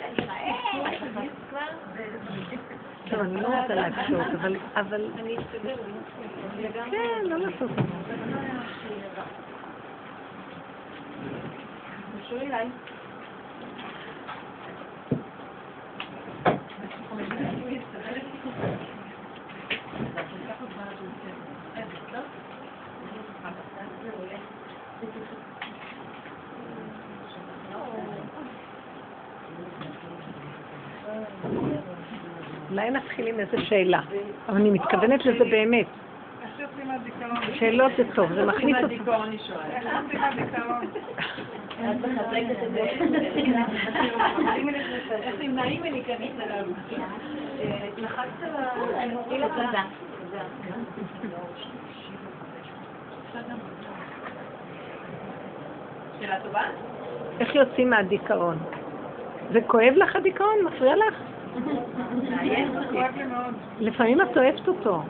טוב, אני לא רוצה להקשות, אבל... אני אסתדר, כן, לא לעשות את זה. תשאו אליי. אולי נתחיל עם איזו שאלה, אבל אני מתכוונת לזה באמת. שאלות זה טוב, זה מכניס אותך. איך עושים הדיכאון? את מחזקת את זה. איך נמנעים מלהיכנס אליו? לחצת על ה... שאלה טובה? איך יוצאים מהדיכאון? זה כואב לך הדיכאון? מפריע לך? לפעמים את אוהבת אותו.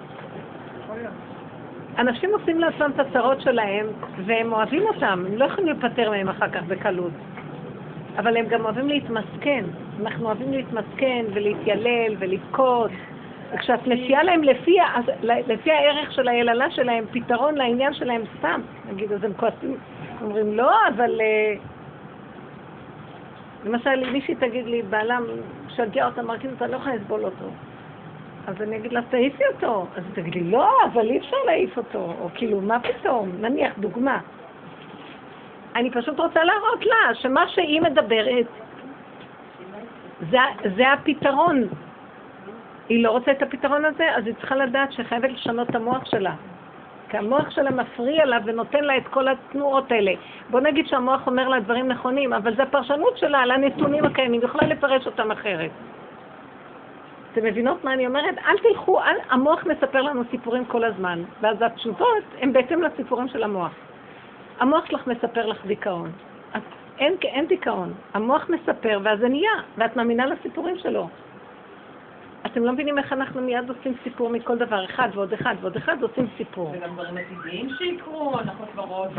אנשים עושים לעצמם את הצרות שלהם והם אוהבים אותם, הם לא יכולים לפטר מהם אחר כך בקלות. אבל הם גם אוהבים להתמסכן. אנחנו אוהבים להתמסכן ולהתיילל ולבכות. וכשאת מציעה להם לפי הערך של היללה שלהם, פתרון לעניין שלהם סתם. נגיד, אז הם כועסים, אומרים לא, אבל... למשל, מישהי תגיד לי, בעלם שגע אותה, מרגיז אותה, לא יכולה לסבול אותו. אז אני אגיד לה, תעיפי אותו. אז היא תגיד לי, לא, אבל אי אפשר להעיף אותו. או כאילו, מה פתאום? נניח, דוגמה. אני פשוט רוצה להראות לה שמה שהיא מדברת, זה הפתרון. היא לא רוצה את הפתרון הזה, אז היא צריכה לדעת שחייבת לשנות את המוח שלה. כי המוח שלה מפריע לה ונותן לה את כל התנועות האלה. בוא נגיד שהמוח אומר לה דברים נכונים, אבל זה הפרשנות שלה על הנתונים הקיימים, היא יכולה לפרש אותם אחרת. אתם מבינות מה אני אומרת? אל תלכו, המוח מספר לנו סיפורים כל הזמן, ואז התשובות הן בהתאם לסיפורים של המוח. המוח שלך מספר לך דיכאון. אז אין דיכאון. המוח מספר ואז זה נהיה, ואת מאמינה לסיפורים שלו. אתם לא מבינים איך אנחנו מיד עושים סיפור מכל דבר, אחד ועוד אחד ועוד אחד עושים סיפור. וגם דברים עתידיים שיקרו, אנחנו כבר רואות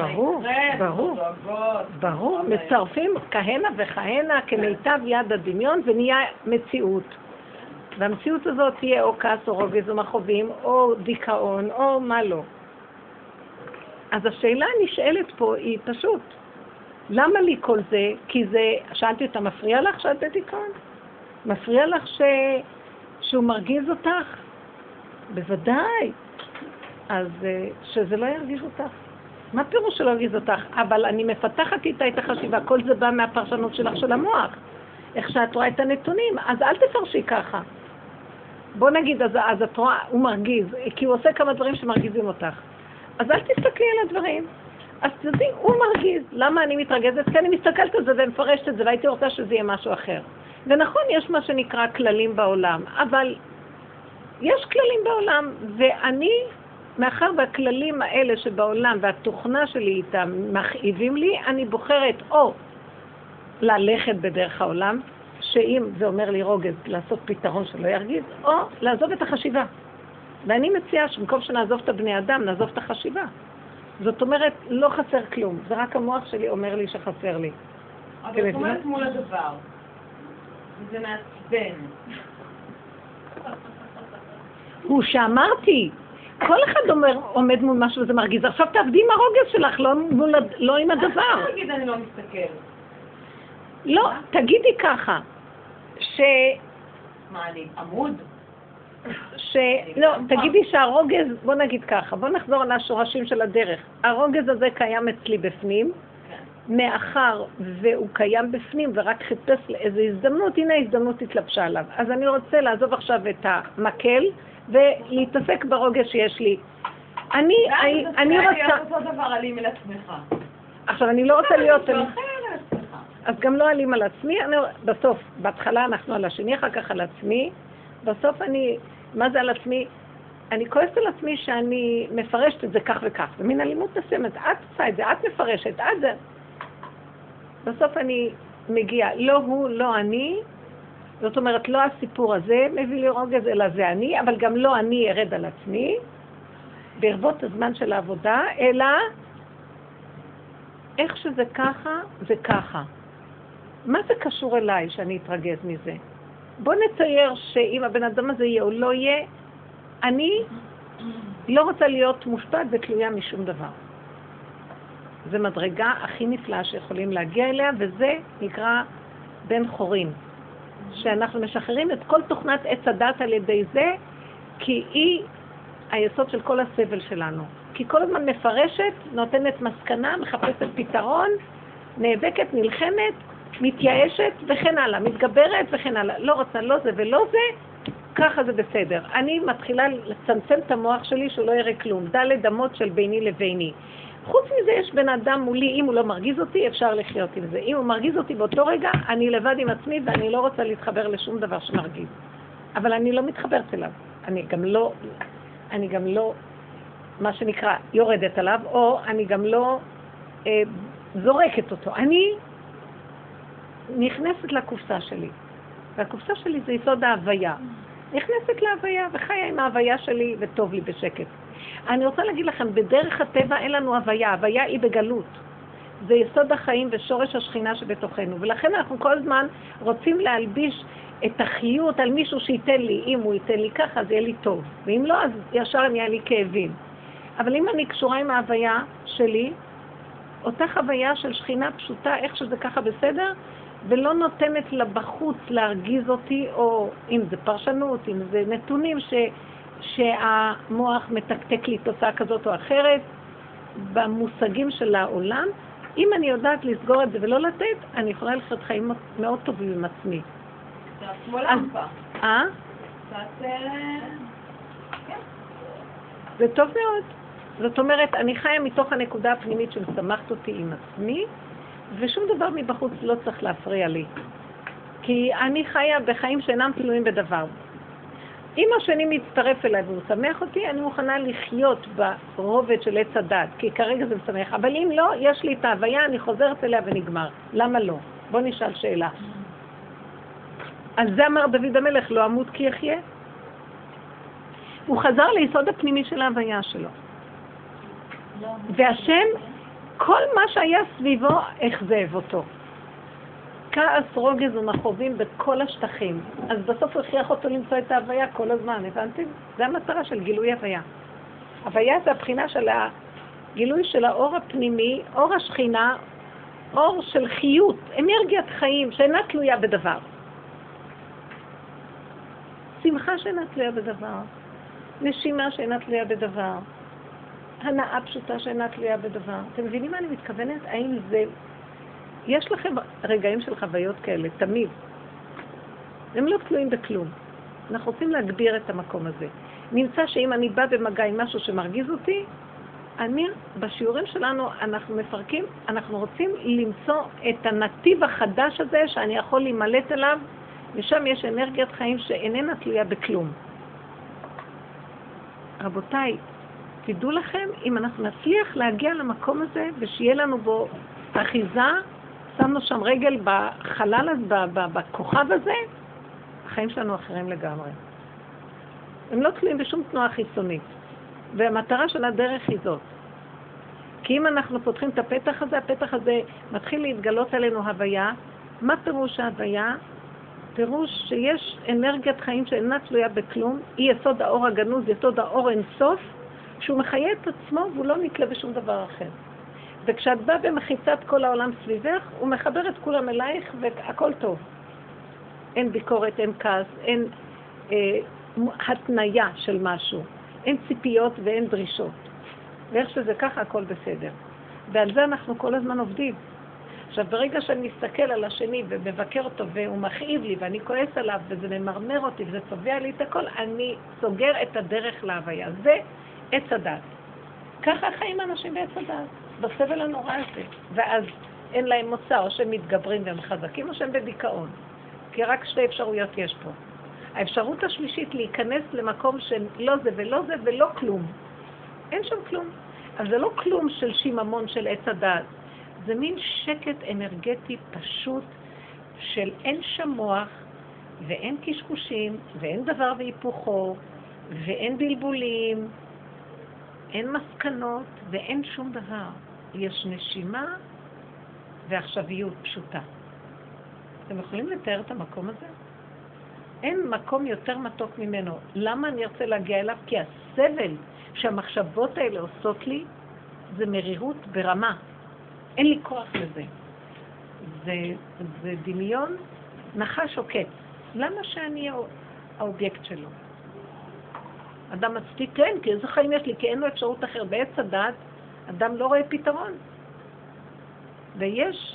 ברור, מצרפים כהנה וכהנה כמיטב יד הדמיון ונהיה מציאות. והמציאות הזאת תהיה או כעס או רוגז או מחובים או דיכאון או מה לא. אז השאלה הנשאלת פה היא פשוט, למה לי כל זה? כי זה, שאלתי אותה, מפריע לך שאת בדיכאון? מפריע לך שהוא מרגיז אותך? בוודאי. אז שזה לא ירגיז אותך. מה פירוש שלא ירגיז אותך? אבל אני מפתחת איתה את החשיבה, כל זה בא מהפרשנות שלך של המוח. איך שאת רואה את הנתונים, אז אל תפרשי ככה. בוא נגיד, אז את רואה, הוא מרגיז, כי הוא עושה כמה דברים שמרגיזים אותך. אז אל תסתכלי על הדברים. אז תדעי, הוא מרגיז. למה אני מתרגזת? כי אני מסתכלת על זה ומפרשת את זה, והייתי רוצה שזה יהיה משהו אחר. ונכון, יש מה שנקרא כללים בעולם, אבל יש כללים בעולם, ואני, מאחר והכללים האלה שבעולם והתוכנה שלי איתם מכאיבים לי, אני בוחרת או ללכת בדרך העולם, שאם זה אומר לי רוגז לעשות פתרון שלא ירגיז, או לעזוב את החשיבה. ואני מציעה שבמקום שנעזוב את הבני אדם, נעזוב את החשיבה. זאת אומרת, לא חסר כלום, זה רק המוח שלי אומר לי שחסר לי. אבל זאת אומרת מול הדבר. זה מעצבן. הוא שאמרתי, כל אחד עומד מול משהו וזה מרגיז. עכשיו תעבדי עם הרוגז שלך, לא עם הדבר. איך תגיד אני לא מסתכל? לא, תגידי ככה, מה, אני עמוד? לא, תגידי שהרוגז, בוא נגיד ככה, בוא נחזור על השורשים של הדרך. הרוגז הזה קיים אצלי בפנים, מאחר והוא קיים בפנים ורק חיפש לאיזו הזדמנות, הנה ההזדמנות התלבשה עליו. אז אני רוצה לעזוב עכשיו את המקל ולהתעסק ברוגז שיש לי. אני רוצה... אותו דבר אלים אל עצמך. עכשיו, אני לא רוצה להיות... אז גם לא אלים על עצמי, בסוף, בהתחלה אנחנו על השני, אחר כך על עצמי, בסוף אני, מה זה על עצמי? אני כועסת על עצמי שאני מפרשת את זה כך וכך, זה מין אלימות מסוימת, את עושה את זה, את מפרשת, את זה. בסוף אני מגיעה, לא הוא, לא אני, זאת אומרת, לא הסיפור הזה מביא לי רוגז, אלא זה אני, אבל גם לא אני ארד על עצמי, ברבות הזמן של העבודה, אלא איך שזה ככה, זה ככה. מה זה קשור אליי שאני אתרגז מזה? בוא נצייר שאם הבן אדם הזה יהיה או לא יהיה, אני לא רוצה להיות מושפעת ותלויה משום דבר. זה מדרגה הכי נפלאה שיכולים להגיע אליה, וזה נקרא בן חורין. שאנחנו משחררים את כל תוכנת עץ הדת על ידי זה, כי היא היסוד של כל הסבל שלנו. כי כל הזמן מפרשת, נותנת מסקנה, מחפשת פתרון, נאבקת, נלחמת, מתייאשת וכן הלאה, מתגברת וכן הלאה. לא רוצה, לא זה ולא זה, ככה זה בסדר. אני מתחילה לצמצם את המוח שלי שהוא לא יראה כלום. דלת אמות של ביני לביני. חוץ מזה יש בן אדם מולי, אם הוא לא מרגיז אותי, אפשר לחיות עם זה. אם הוא מרגיז אותי באותו רגע, אני לבד עם עצמי ואני לא רוצה להתחבר לשום דבר שמרגיז. אבל אני לא מתחברת אליו. אני גם לא, מה שנקרא, יורדת עליו, או אני גם לא זורקת אותו. אני נכנסת לקופסה שלי. והקופסה שלי זה יסוד ההוויה. נכנסת להוויה וחיה עם ההוויה שלי וטוב לי בשקט. אני רוצה להגיד לכם, בדרך הטבע אין לנו הוויה, הוויה היא בגלות. זה יסוד החיים ושורש השכינה שבתוכנו, ולכן אנחנו כל הזמן רוצים להלביש את החיות על מישהו שייתן לי. אם הוא ייתן לי ככה, זה יהיה לי טוב, ואם לא, אז ישר נהיה לי כאבים. אבל אם אני קשורה עם ההוויה שלי, אותה חוויה של שכינה פשוטה, איך שזה ככה בסדר, ולא נותנת לה בחוץ להרגיז אותי, או אם זה פרשנות, אם זה נתונים שהמוח מתקתק לי תוצאה כזאת או אחרת, במושגים של העולם, אם אני יודעת לסגור את זה ולא לתת, אני יכולה לחיות חיים מאוד טובים עם עצמי. זה כמו למפה. זה טוב מאוד. זאת אומרת, אני חיה מתוך הנקודה הפנימית שמשמחת אותי עם עצמי, ושום דבר מבחוץ לא צריך להפריע לי. כי אני חיה בחיים שאינם תלויים בדבר. אם השני מצטרף אליי והוא שמח אותי, אני מוכנה לחיות ברובד של עץ הדת, כי כרגע זה משמח. אבל אם לא, יש לי את ההוויה, אני חוזרת אליה ונגמר. למה לא? בוא נשאל שאלה. אז זה אמר דוד המלך, לא אמות כי יחיה. הוא חזר ליסוד הפנימי של ההוויה שלו. והשם, כל מה שהיה סביבו, החזב אותו. כעס, רוגז ומכאובים בכל השטחים. אז בסוף הוא הכריח אותו למצוא את ההוויה כל הזמן, הבנתם? זה המטרה של גילוי הוויה. הוויה זה הבחינה של הגילוי של האור הפנימי, אור השכינה, אור של חיות, אנרגיית חיים שאינה תלויה בדבר. שמחה שאינה תלויה בדבר. נשימה שאינה תלויה בדבר. הנאה פשוטה שאינה תלויה בדבר. אתם מבינים מה אני מתכוונת? האם זה... יש לכם רגעים של חוויות כאלה, תמיד. הם לא תלויים בכלום. אנחנו רוצים להגביר את המקום הזה. נמצא שאם אני בא במגע עם משהו שמרגיז אותי, בשיעורים שלנו אנחנו מפרקים, אנחנו רוצים למצוא את הנתיב החדש הזה שאני יכול להימלט אליו, ושם יש אנרגיית חיים שאיננה תלויה בכלום. רבותיי, תדעו לכם, אם אנחנו נצליח להגיע למקום הזה ושיהיה לנו בו אחיזה, שמנו שם רגל בחלל הזה, בכוכב הזה, החיים שלנו אחרים לגמרי. הם לא תלויים בשום תנועה חיצונית. והמטרה של הדרך היא זאת. כי אם אנחנו פותחים את הפתח הזה, הפתח הזה מתחיל להתגלות עלינו הוויה. מה פירוש ההוויה? פירוש שיש אנרגיית חיים שאינה תלויה בכלום, היא יסוד האור הגנוז, יסוד האור אינסוף, שהוא מחיה את עצמו והוא לא נתלה בשום דבר אחר. וכשאת באה במחיצת כל העולם סביבך, הוא מחבר את כולם אלייך והכל טוב. אין ביקורת, אין כעס, אין התניה של משהו. אין ציפיות ואין דרישות. ואיך שזה ככה, הכל בסדר. ועל זה אנחנו כל הזמן עובדים. עכשיו, ברגע שאני מסתכל על השני ומבקר אותו והוא מכאיב לי ואני כועס עליו וזה ממרמר אותי וזה צובע לי את הכל, אני סוגר את הדרך להוויה. זה עץ הדת. ככה חיים אנשים בעץ הדת. בסבל הנורא הזה, ואז אין להם מוצא, או שהם מתגברים והם חזקים, או שהם בדיכאון. כי רק שתי אפשרויות יש פה. האפשרות השלישית להיכנס למקום של לא זה ולא זה ולא כלום. אין שם כלום. אבל זה לא כלום של שיממון של עץ הדעת. זה מין שקט אנרגטי פשוט של אין שם מוח, ואין קשקושים, ואין דבר והיפוכו, ואין בלבולים, אין מסקנות ואין שום דבר. יש נשימה ועכשוויות פשוטה. אתם יכולים לתאר את המקום הזה? אין מקום יותר מתוק ממנו. למה אני ארצה להגיע אליו? כי הסבל שהמחשבות האלה עושות לי, זה מרירות ברמה. אין לי כוח לזה. זה דמיון נחש או קץ. למה שאני האובייקט שלו? אדם מצדיק, כן, כי איזה חיים יש לי, כי אין לו אפשרות אחרת. בעץ הדעת, אדם לא רואה פתרון. ויש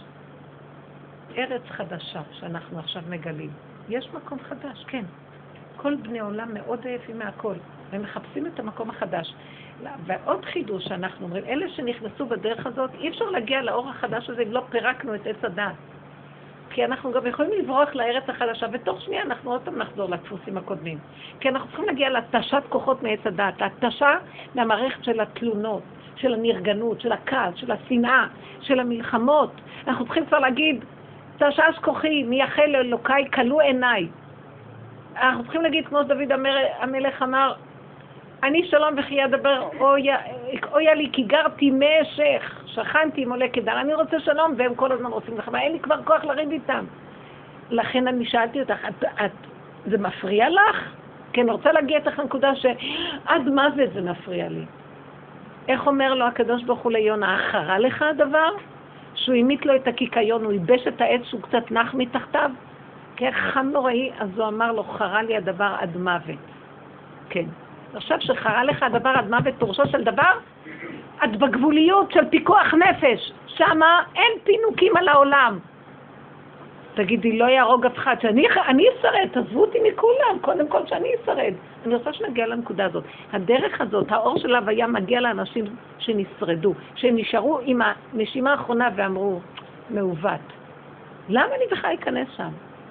ארץ חדשה שאנחנו עכשיו מגלים. יש מקום חדש, כן. כל בני עולם מאוד עייפים מהכל, והם מחפשים את המקום החדש. ועוד חידוש שאנחנו אומרים, אלה שנכנסו בדרך הזאת, אי אפשר להגיע לאור החדש הזה אם לא פירקנו את עץ הדעת. כי אנחנו גם יכולים לברוח לארץ החדשה, ותוך שנייה אנחנו עוד פעם נחזור לדפוסים הקודמים. כי אנחנו צריכים להגיע להתשת כוחות מעץ הדעת, להתשה מהמערכת של התלונות, של הנרגנות, של הכעס, של השנאה, של המלחמות. אנחנו צריכים כבר להגיד, תשש כוחי, מייחל לאלוקיי, כלו עיניי. אנחנו צריכים להגיד, כמו דוד המלך אמר, אני שלום וכי אדבר, אויה לי כי גרתי משך, שכנתי עם עולה כדר, אני רוצה שלום, והם כל הזמן רוצים לך, אין לי כבר כוח לריב איתם. לכן אני שאלתי אותך, זה מפריע לך? כי אני רוצה להגיע איתך לנקודה שעד מוות זה מפריע לי. איך אומר לו הקדוש ברוך הוא ליונה, חרה לך הדבר? שהוא המיט לו את הקיקיון, הוא ייבש את העץ שהוא קצת נח מתחתיו? כי חם נוראי, אז הוא אמר לו, חרה לי הדבר עד מוות. כן. עכשיו שחרה לך הדבר עד מוות, פירושו של דבר, את בגבוליות של פיקוח נפש. שמה אין פינוקים על העולם. תגידי, לא יהרוג אף אחד, שאני אשרד, תעזבו אותי מכולם, קודם כל שאני אשרד. אני רוצה שנגיע לנקודה הזאת. הדרך הזאת, האור של ההוויה מגיע לאנשים שנשרדו, שנשארו עם הנשימה האחרונה ואמרו, מעוות. למה אני בכלל אכנס שם?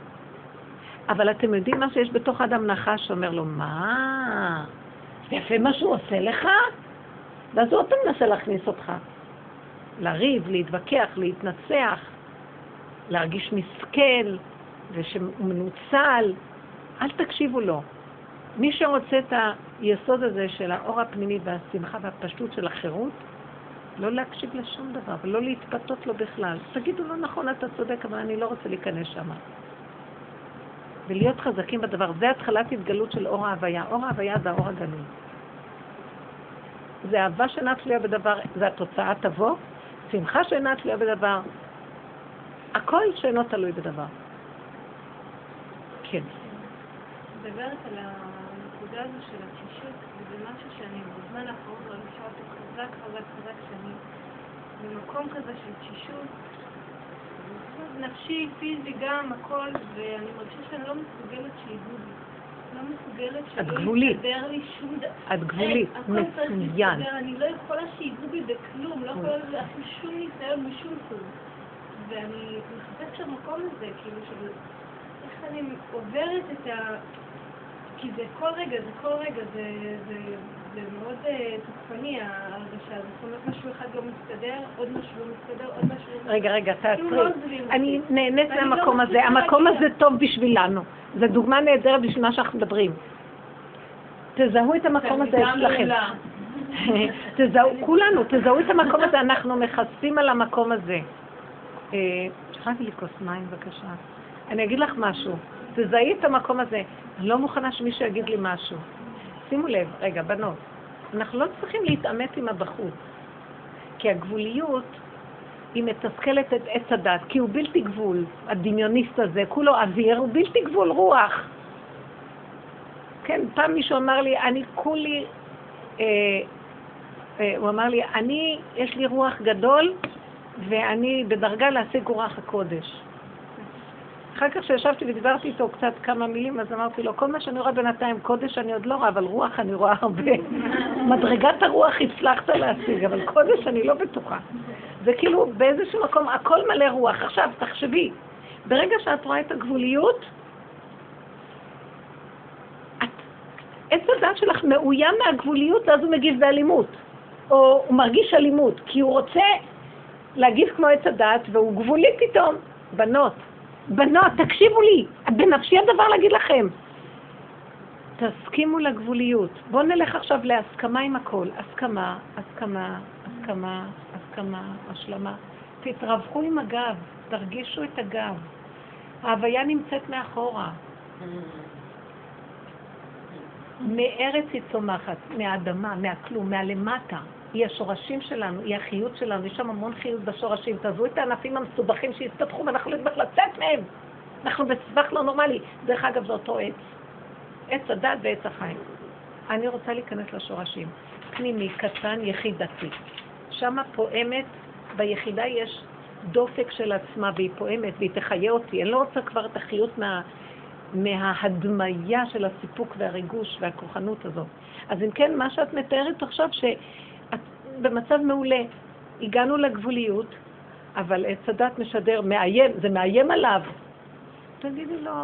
אבל אתם יודעים מה שיש בתוך האדם נחש שאומר לו, מה? יפה מה שהוא עושה לך? ואז הוא אותם מנסה להכניס אותך. לריב, להתווכח, להתנצח. להרגיש מסכל ושהוא מנוצל, אל תקשיבו לו. מי שרוצה את היסוד הזה של האור הפנימי והשמחה והפשטות של החירות, לא להקשיב לשום דבר ולא להתפתות לו בכלל. תגידו לו נכון, אתה צודק, אבל אני לא רוצה להיכנס שם. ולהיות חזקים בדבר. זה התחלת התגלות של אור ההוויה. אור ההוויה זה האור הגלוי. זה אהבה שאינה תלויה בדבר, זה התוצאה תבוא, שמחה שאינה תלויה בדבר, הכל שאינו תלוי בדבר. כן. מדברת על הנקודה הזו של התשישות, וזה משהו שאני בזמן האחרון מרגישה אותו חזק, שאני במקום כזה של תשישות, נפשי, פיזי, גם, הכל, ואני מרגישה שאני לא מסוגלת שידעו לי. לא מסוגלת שלא יסתדר לי שום דבר. את גבולית, מצוין. אני לא יכולה שידעו בי בכלום, לא יכולה לעשות שום ניסיון בשום סוג. ואני מחפשת למקום הזה, כאילו של איך אני עוברת את ה... כי זה כל רגע, זה מאוד תוקפני ההרגשה. זאת אומרת, משהו אחד לא מסתדר, עוד משהו לא מסתדר, עוד משהו לא מסתדר. רגע, תעצרי. אני נהנית מהמקום הזה. המקום הזה טוב בשבילנו. זו דוגמה נהדרת בשביל מה שאנחנו מדברים. תזהו את המקום הזה אצלכם. כולנו, תזהו את המקום הזה. אנחנו מחסים על המקום הזה. שכחתי לי כוס מים, בבקשה. אני אגיד לך משהו. תזהי את המקום הזה. אני לא מוכנה שמישהו יגיד לי משהו. שימו לב, רגע, בנות. אנחנו לא צריכים להתאמת עם הבחוץ. כי הגבוליות היא מתסכלת את עץ הדת. כי הוא בלתי גבול. הדמיוניסט הזה, כולו אוויר, הוא בלתי גבול רוח. כן, פעם מישהו אמר לי, אני כולי... הוא אמר לי, יש לי רוח גדול, ואני בדרגה להשיג רוח הקודש. אחר כך שישבתי ודיברתי איתו קצת כמה מילים, אז אמרתי לו, כל מה שאני רואה בינתיים קודש אני עוד לא רואה, אבל רוח אני רואה הרבה. מדרגת הרוח הצלחת להשיג, אבל קודש אני לא בטוחה. זה כאילו באיזשהו מקום, הכל מלא רוח. עכשיו, תחשבי, ברגע שאת רואה את הגבוליות, עץ הדעת שלך מאוים מהגבוליות, ואז הוא מגיב באלימות. או הוא מרגיש אלימות, כי הוא רוצה להגיב כמו עץ הדעת, והוא גבולי פתאום. בנות, תקשיבו לי, בנפשי הדבר להגיד לכם. תסכימו לגבוליות. בואו נלך עכשיו להסכמה עם הכל. הסכמה, השלמה. תתרווחו עם הגב, תרגישו את הגב. ההוויה נמצאת מאחורה. מארץ היא צומחת, מהאדמה, מהכלום, מהלמטה. היא השורשים שלנו, היא החיות שלנו, יש שם המון חיות בשורשים. תעזבו את הענפים המסובכים שהסתבכו ואנחנו לא נצטרך לצאת מהם. אנחנו בסבך לא נורמלי. דרך אגב, זה אותו עץ. עץ הדת ועץ החיים. אני רוצה להיכנס לשורשים. פנימי, קטן, יחידתי. שמה פועמת, ביחידה יש דופק של עצמה והיא פועמת והיא תחיה אותי. אני לא רוצה כבר את החיות מההדמיה של הסיפוק והריגוש והכוחנות הזאת. אז אם כן, מה שאת מתארת עכשיו, שאת במצב מעולה, הגענו לגבוליות, אבל עץ הדת משדר, מאיים, זה מאיים עליו. תגידי לו,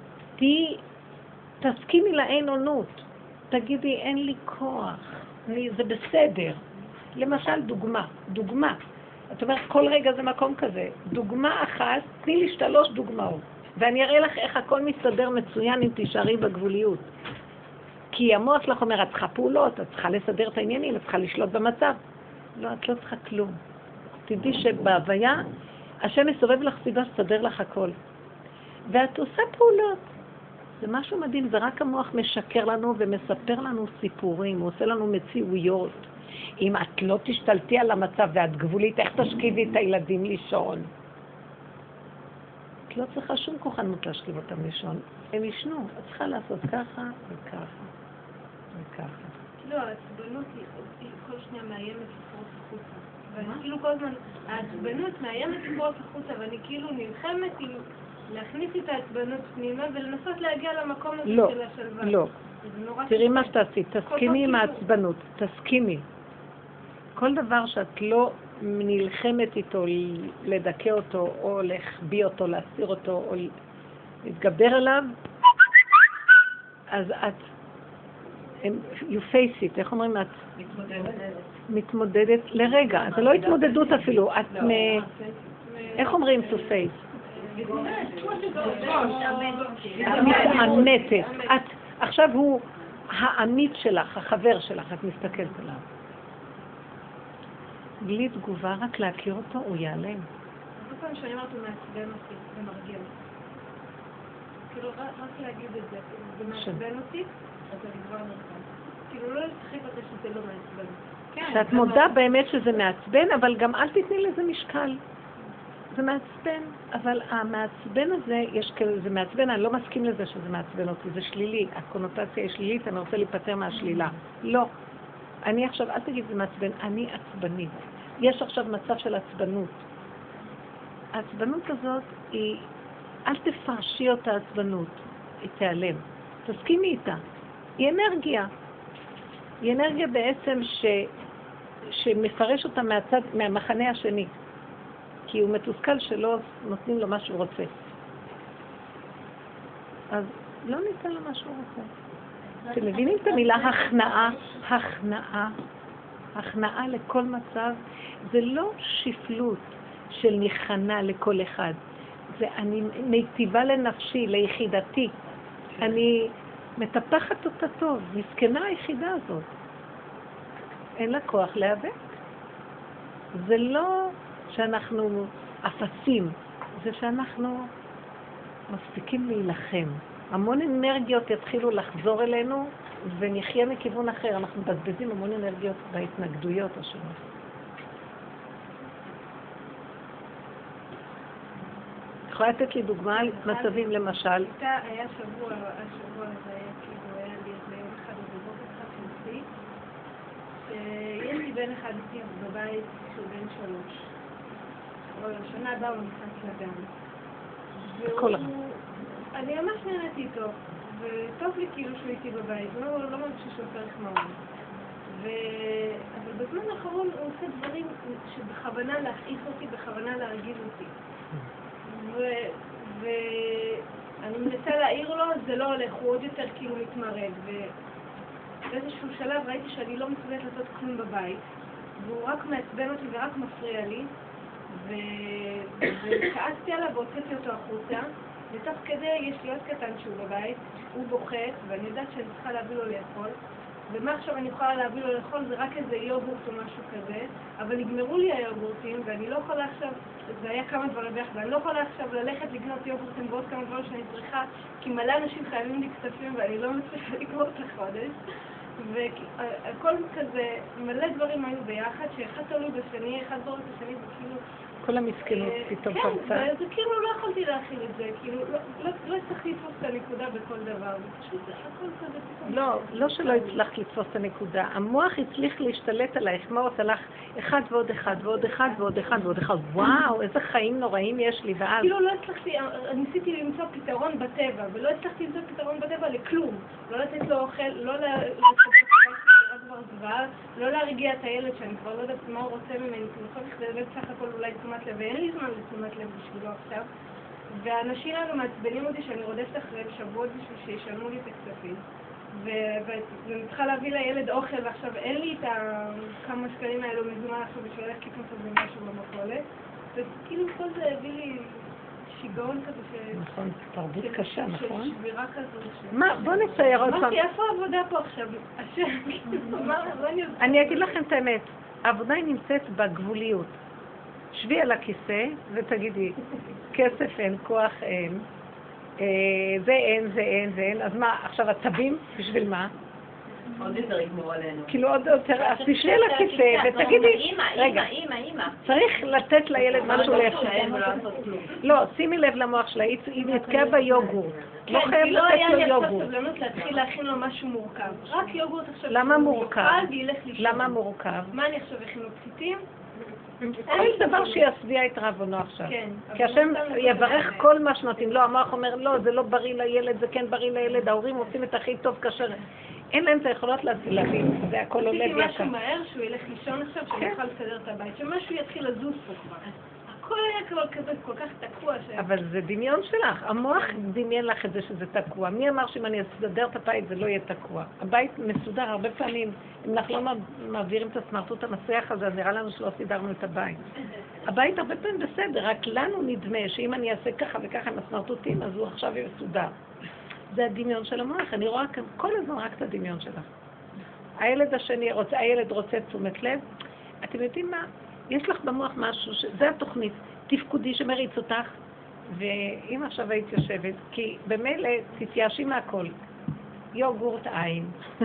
תסכימי לאין עונות. תגידי, אין לי כוח, זה בסדר. למשל, דוגמה. את אומרת, כל רגע זה מקום כזה. דוגמה אחת, תני לי 3 דוגמאות. ואני אראה לך איך הכל מסתדר מצוין אם תישארי בגבוליות. כי המוח שלך אומר, את צריכה פעולות, את צריכה לסדר את העניינים, את צריכה לשלוט במצב. לא, את לא צריכה כלום. תדעי שבהוויה, השם מסובב לך סביבה, סדר לך הכל. ואת עושה פעולות. זה משהו מדהים, זה רק המוח משקר לנו ומספר לנו סיפורים, הוא עושה לנו מציאויות. אם את לא תשתלטי על המצב ואת גבולית, איך תשכיבי את הילדים לישון? את לא צריכה שום כוחנות להשכיב אותם לישון. הם ישנו, את צריכה לעשות ככה וככה וככה. כאילו העצבנות היא כל שניה מאיימת לפרוץ החוצה. ואני כאילו כל הזמן, העצבנות מאיימת לפרוץ החוצה, ואני כאילו נלחמת עם להכניס את העצבנות פנימה ולנסות להגיע למקום הזה של השלווה. לא, לא. תראי מה שתעשי, תסכימי עם העצבנות, תסכימי. כל דבר שאת לא נלחמת איתו, לדכא אותו, או להחביא אותו, להסיר אותו, או להתגבר עליו, אז את, you face it, איך אומרים את? מתמודדת לרגע, זה לא התמודדות אפילו, את איך אומרים to face? את מתעמתת, עכשיו הוא העמית שלך, החבר שלך, את מסתכלת עליו. בלי תגובה, רק להכיר אותו, הוא ייעלם. כל פעם שאני אומרת, הוא מעצבן אותי, זה מרגיע אותי. כאילו, רק להגיד את זה, זה מעצבן אותי, אז אני כבר נראה. כאילו, לא לשחק אותה שזה לא מעצבן. שאת מודה באמת שזה מעצבן, אבל גם אל תתני לזה משקל. זה מעצבן, אבל המעצבן הזה, זה מעצבן, אני לא מסכים לזה שזה מעצבן אותי, זה שלילי, הקונוטציה היא שלילית, אני רוצה להיפטר מהשלילה. לא. אני עכשיו, אל תגיד זה מעצבן, אני עצבנית. יש עכשיו מצב של עצבנות. העצבנות הזאת היא, אל תפרשי אותה עצבנות, היא תיעלם. תסכימי איתה. היא אנרגיה. היא אנרגיה בעצם שמפרש אותה מהמחנה השני. כי הוא מתוסכל שלא נותנים לו מה שהוא רוצה. אז לא ניתן לו מה שהוא רוצה. אתם מבינים את המילה הכנעה? הכנעה לכל מצב. זה לא שפלות של נכנע לכל אחד. זה אני מיטיבה לנפשי, ליחידתי. אני מטפחת אותה טוב. מסכנה היחידה הזאת. אין לה כוח להיאבק. זה לא שאנחנו אפסים, זה שאנחנו מפסיקים להילחם. המון אנרגיות יתחילו לחזור אלינו ונחיה מכיוון אחר. אנחנו מבזבזים המון אנרגיות בהתנגדויות השונות. יכולה לתת לי דוגמה על מצבים למשל? היה השבוע הזה היה כאילו, היה לי איזה יום אחד בבוקר חצי, שיש לי בן אחד איתי בבית שהוא בן 3. שנה הבאה הוא נכנס לגן. אני ממש נהנתי איתו, וטוב לי כאילו שהוא איתי בבית, לא מרגישה שהוא צריך מעון. אבל בזמן האחרון הוא עושה דברים שבכוונה להכעיס אותי, בכוונה להרגיז אותי. ואני מנסה להעיר לו, זה לא הולך, הוא עוד יותר כאילו מתמרד. ובאיזשהו שלב ראיתי שאני לא מסוגלת לעשות כלום בבית, והוא רק מעצבן אותי ורק מפריע לי, וכעסתי עליו והוצאתי אותו החוצה, ותוך כדי יש לי עוד קטן שהוא בבית, הוא בוכה, ואני יודעת שאני צריכה להביא לו לאכול, ומה עכשיו אני יכולה להביא לו לאכול זה רק איזה יוגורט או משהו כזה, אבל נגמרו לי היוגורטים ואני לא יכולה עכשיו, זה היה כמה דברים ביחד, ואני לא יכולה עכשיו ללכת לקנות יוגורטים ועוד כמה דברים שאני צריכה, כי מלא אנשים חייבים לי כספים ואני לא מצליחה לגמור את החודש. והכל כזה, מלא דברים היו ביחד, שאחד תלוי בשני, אחד דורת בשני, וכאילו... כל המסכנות פתאום פרצה. כן, זה כאילו לא יכולתי להכיל את זה, כאילו לא הצלחתי לתפוס את הנקודה בכל דבר, פשוט הכל כזה פתאום... לא שלא הצלחת לתפוס את הנקודה, המוח הצליח להשתלט עלייך, מה עושה לך? אחד ועוד אחד ועוד אחד ועוד אחד ועוד אחד, וואו, איזה חיים נוראים יש לי, ואז... כאילו לא הצלחתי, ניסיתי למצוא פתרון בטבע, ולא הצלחתי למצוא פתרון בטבע לכלום, לא לתת לו אוכל, לא להרגיע את הילד שאני כבר לא יודעת מה הוא רוצה ממני, כי בכל כך זה בסך הכל אולי תשומת לב, ואין לי זמן לתשומת לב בשבילו עכשיו. והאנשים האלה מעצבנים אותי שאני רודפת אחריהם שבועות בשביל שישלמו לי את הכספים. ואני צריכה להביא לילד אוכל, ועכשיו אין לי את כמה שקלים האלו מזומן עכשיו בשביל ללכת לקנות את זה משהו במכולת. וכאילו כל זה הביא לי שיגעון כזה נכון, תרבות קשה, נכון? שבירה כזו. מה, בוא נצייר עוד פעם. אמרתי, איפה העבודה פה עכשיו? אני אגיד לכם את האמת, העבודה היא נמצאת בגבוליות. שבי על הכיסא ותגידי, כסף אין, כוח אין, זה אין, זה אין, זה אין, אז מה, עכשיו הצבים, בשביל מה? עוד יותר יגמור עלינו. כאילו עוד יותר, אז תשבי על הכיסא ותגידי, רגע, צריך לתת לילד משהו לאכול. לא, שימי לב למוח שלה, היא נתקעה ביוגורט. לא חייב לתת לו יוגורט. סבלנות להתחיל להכין לו משהו מורכב. רק יוגורט עכשיו. למה מורכב? למה למה מורכב? מה אני עכשיו הכין לו פציטים? כל דבר שישביע את רעבונו עכשיו. כן. כי השם יברך כל מה שנותנים. לא, המוח אומר, לא, זה לא בריא לילד, זה כן בריא לילד, ההורים עושים את הכי טוב כאשר אין להם את היכולות להבין, זה הכל עולה עשיתי ויקר. משהו מהר, שהוא ילך לישון עכשיו, שאני אוכל לסדר את הבית, שמשהו יתחיל לזוז פה כבר. הכל היה כבר כזה כל כך תקוע אבל זה דמיון שלך, המוח דמיין לך את זה שזה תקוע. מי אמר שאם אני אסדר את הבית זה לא יהיה תקוע? הבית מסודר הרבה פעמים, אם אנחנו לא מעבירים את הסמרטוט המסריח הזה, אז נראה לנו שלא סידרנו את הבית. הבית הרבה פעמים בסדר, רק לנו נדמה שאם אני אעשה ככה וככה עם הסמרטוטים, אז הוא עכשיו יהיה מסודר. זה הדמיון של המוח, אני רואה כל הזמן רק את הדמיון שלך. הילד השני, הילד רוצה תשומת לב, אתם יודעים מה? יש לך במוח משהו, זה התוכנית, תפקודי שמריץ אותך, ואם עכשיו היית יושבת, כי במילא תתייאשי מהכל, יוגורט עין,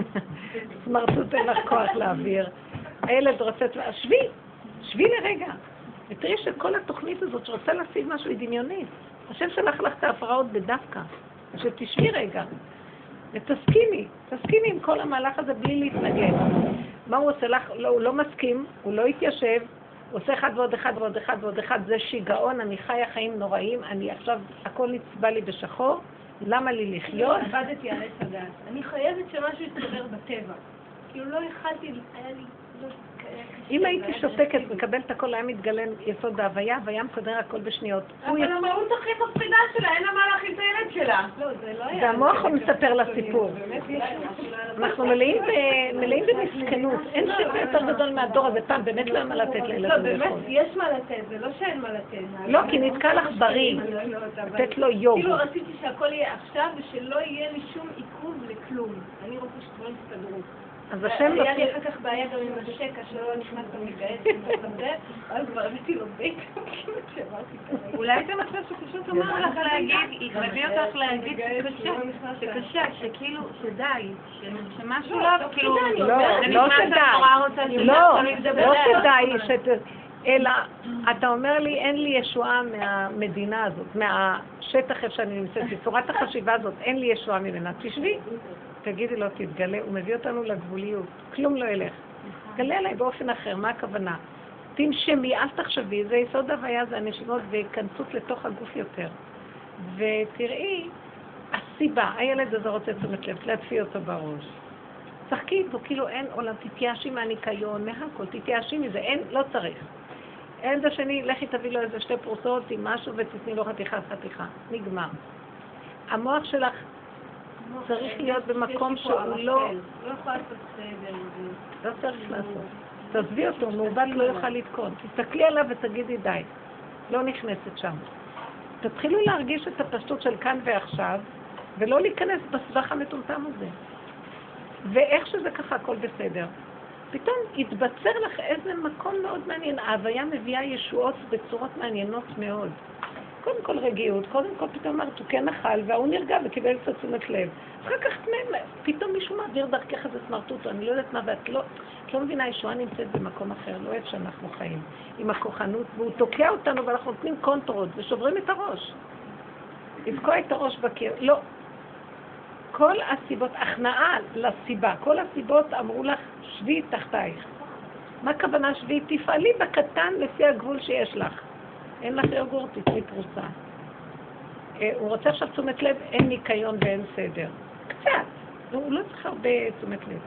סמרטוט אין לך כוח להעביר, הילד רוצה, שבי לרגע, ותראי שכל התוכנית הזאת שרוצה להשיג משהו היא דמיונית, השם שלח לך את ההפרעות בדווקא, שתשבי רגע, ותסכימי עם כל המהלך הזה בלי להתנגד. מה הוא עושה לך? לא, הוא לא מסכים, הוא לא יתיישב, הוא עושה אחד ועוד אחד ועוד אחד ועוד אחד, זה שיגעון, אני חיה חיים נוראים, אני עכשיו, הכל נצבע לי בשחור, למה לי לחיות? עבדתי על עץ הדעת. אני חייבת שמשהו יתקבר בטבע. כאילו לא יכלתי, היה לי... אם הייתי שותקת מקבלת הכל, היה מתגלן יסוד בהוויה, והיה מסדר הכל בשניות. אבל המהות הכי מפחידה שלה, אין לה מה להכין את הילד שלה. לא, זה לא היה... זה המוח מספר לסיפור. אנחנו מלאים במסכנות. אין שקר יותר גדול מהדור הזה. פעם באמת לא היה מה לתת לילדים. לא, באמת יש מה לתת, זה לא שאין מה לתת. לא, כי נתקע לך בריא. לתת לו יוגורט. כאילו רציתי שהכל יהיה עכשיו ושלא יהיה לי שום עיכוב לכלום. אני רוצה שדברים יסתדרו. אז השם היה לי אחר כך בעיה גם עם השקע שלא נכנס במגעץ וזה, אז כבר הבאתי לו בית, אולי זה מצב שפשוט אמר לך להגיד, הביא אותך להגיד שקשה, שכאילו, שדי, שמשהו לא, כאילו, לא שדי, אלא אתה אומר לי, אין לי ישועה מהמדינה הזאת, מהשטח איפה שאני נמצאת, בצורת החשיבה הזאת, אין לי ישועה ממנה, תשבי. תגידי לו, תתגלה, הוא מביא אותנו לגבוליות, כלום לא ילך. תגלה עליי באופן אחר, מה הכוונה? תנשמי, אל תחשבי, זה יסוד הוויה, זה הנשימות והכנסות לתוך הגוף יותר. ותראי, הסיבה, הילד הזה רוצה תשומת לב, להדפי אותו בראש. צחקי איתו, כאילו אין עולם, תתייאשי מהניקיון, מהכל, תתייאשי מזה, אין, לא צריך. הילד השני, לכי תביא לו איזה 2 פרוסות עם משהו ותתני לו חתיכה, נגמר. המוח שלך צריך להיות במקום שהוא לא... לא יכול לעשות סדר. לא צריך לעשות. תעזבי אותו, מעובד לא יוכל לתקון. תסתכלי עליו ותגידי די. לא נכנסת שם. תתחילו להרגיש את הפשטות של כאן ועכשיו, ולא להיכנס בסבך המטומטם הזה. ואיך שזה ככה הכל בסדר. פתאום התבצר לך איזה מקום מאוד מעניין. ההוויה מביאה ישועות בצורות מעניינות מאוד. קודם כל רגיעות, קודם כל פתאום אמרת, הוא כן אכל, והוא נרגע וקיבל קצת תשומת לב. אחר כך פתאום מישהו מעביר דרכך איזה סמרטוט, אני לא יודעת מה, ואת לא מבינה, ישועה נמצאת במקום אחר, לא איפה שאנחנו חיים, עם הכוחנות, והוא תוקע אותנו ואנחנו נותנים קונטרות ושוברים את הראש. לבקוע את הראש בקיר, לא. כל הסיבות, הכנעה לסיבה, כל הסיבות אמרו לך, שבי תחתייך. מה הכוונה שבי? תפעלי בקטן לפי הגבול שיש לך. אין לך יוגורט, תתני פרוסה. הוא רוצה עכשיו תשומת לב, אין ניקיון ואין סדר. קצת. הוא לא צריך הרבה תשומת לב.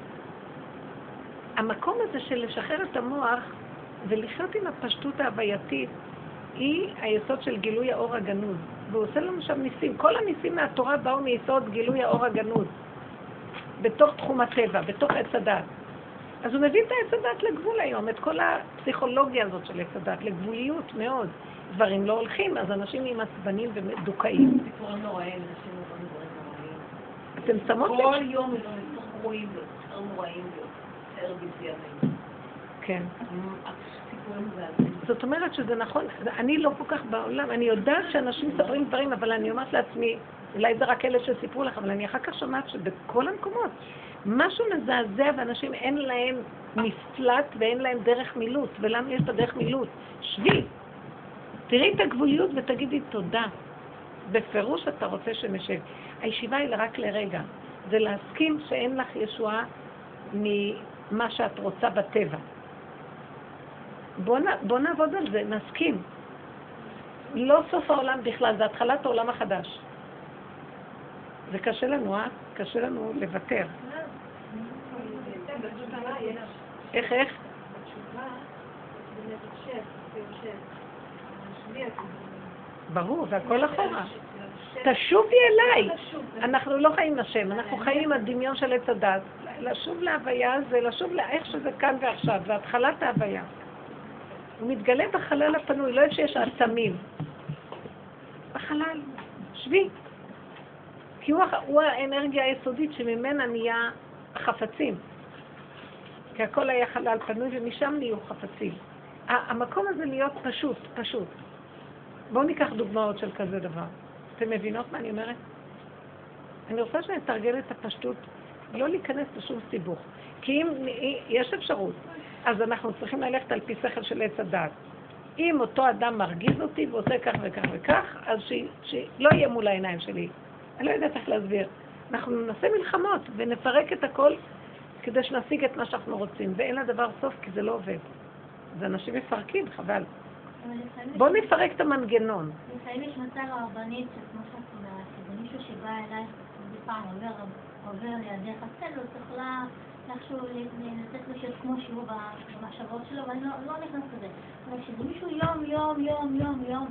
המקום הזה של לשחרר את המוח ולחיות עם הפשטות ההווייתית, היא היסוד של גילוי האור הגנוז. והוא עושה לנו שם ניסים. כל הניסים מהתורה באו מיסוד גילוי האור הגנוז. בתוך תחום הטבע, בתוך עץ הדת. אז הוא מביא את העץ הדת לגבול היום, את כל הפסיכולוגיה הזאת של עץ הדת, לגבוליות מאוד. דברים לא הולכים, אז אנשים נהיים עצבנים ומדוכאים. סיפורים נוראים, אנשים רואים דברים נוראים. אתם שמות לב? כל יום רואים יותר נוראים ויותר בלתי. כן. סיפורים זה. זאת אומרת שזה נכון, אני לא כל כך בעולם, אני יודעת שאנשים מספרים דברים, אבל אני אומרת לעצמי, אולי זה רק אלה שסיפרו לך, אבל אני אחר כך שומעת שבכל המקומות, משהו מזעזע ואנשים אין להם מפלט ואין להם דרך מילוט, ולמה יש את הדרך מילוט? שבי, תראי את הגבוליות ותגידי תודה. בפירוש אתה רוצה שנשב. הישיבה היא רק לרגע, זה להסכים שאין לך ישועה ממה שאת רוצה בטבע. בוא נעבוד על זה, נסכים. לא סוף העולם בכלל, זה התחלת העולם החדש. זה קשה לנו, קשה לנו לוותר. איך? ברור, זה הכל אחורה. תשובי אליי. אנחנו לא חיים לשם, אנחנו חיים עם הדמיון של עץ הדת. לשוב להוויה זה לשוב לאיך שזה כאן ועכשיו, זה התחלת ההוויה. הוא מתגלה בחלל הפנוי, לא איפה שיש עצמים. בחלל, שבי. כי הוא האנרגיה היסודית שממנה נהיה החפצים. כי הכל היה חלל פנוי ומשם נהיו חפצים. המקום הזה להיות פשוט. בואו ניקח דוגמאות של כזה דבר. אתם מבינות מה אני אומרת? אני רוצה שנתרגל את הפשטות, לא להיכנס לשום סיבוך. כי אם יש אפשרות, אז אנחנו צריכים ללכת על פי שכל של עץ הדת. אם אותו אדם מרגיז אותי ועושה כך וכך וכך, אז שלא יהיה מול העיניים שלי. אני לא יודעת איך להסביר. אנחנו נעשה מלחמות ונפרק את הכל כדי שנשיג את מה שאנחנו רוצים. ואין לדבר סוף כי זה לא עובד. אז אנשים מפרקים, חבל. בואו נפרק את המנגנון. לפעמים יש מצב הרבנית, כמו שאת אומרת, שזה מישהו שבא אלייך, פעם עובר לידך, אז לא צריכה לחשוב, לתת לו שאת כמו שהוא במחשבות שלו, ואני לא נכנס לזה. אבל כשזה מישהו יום,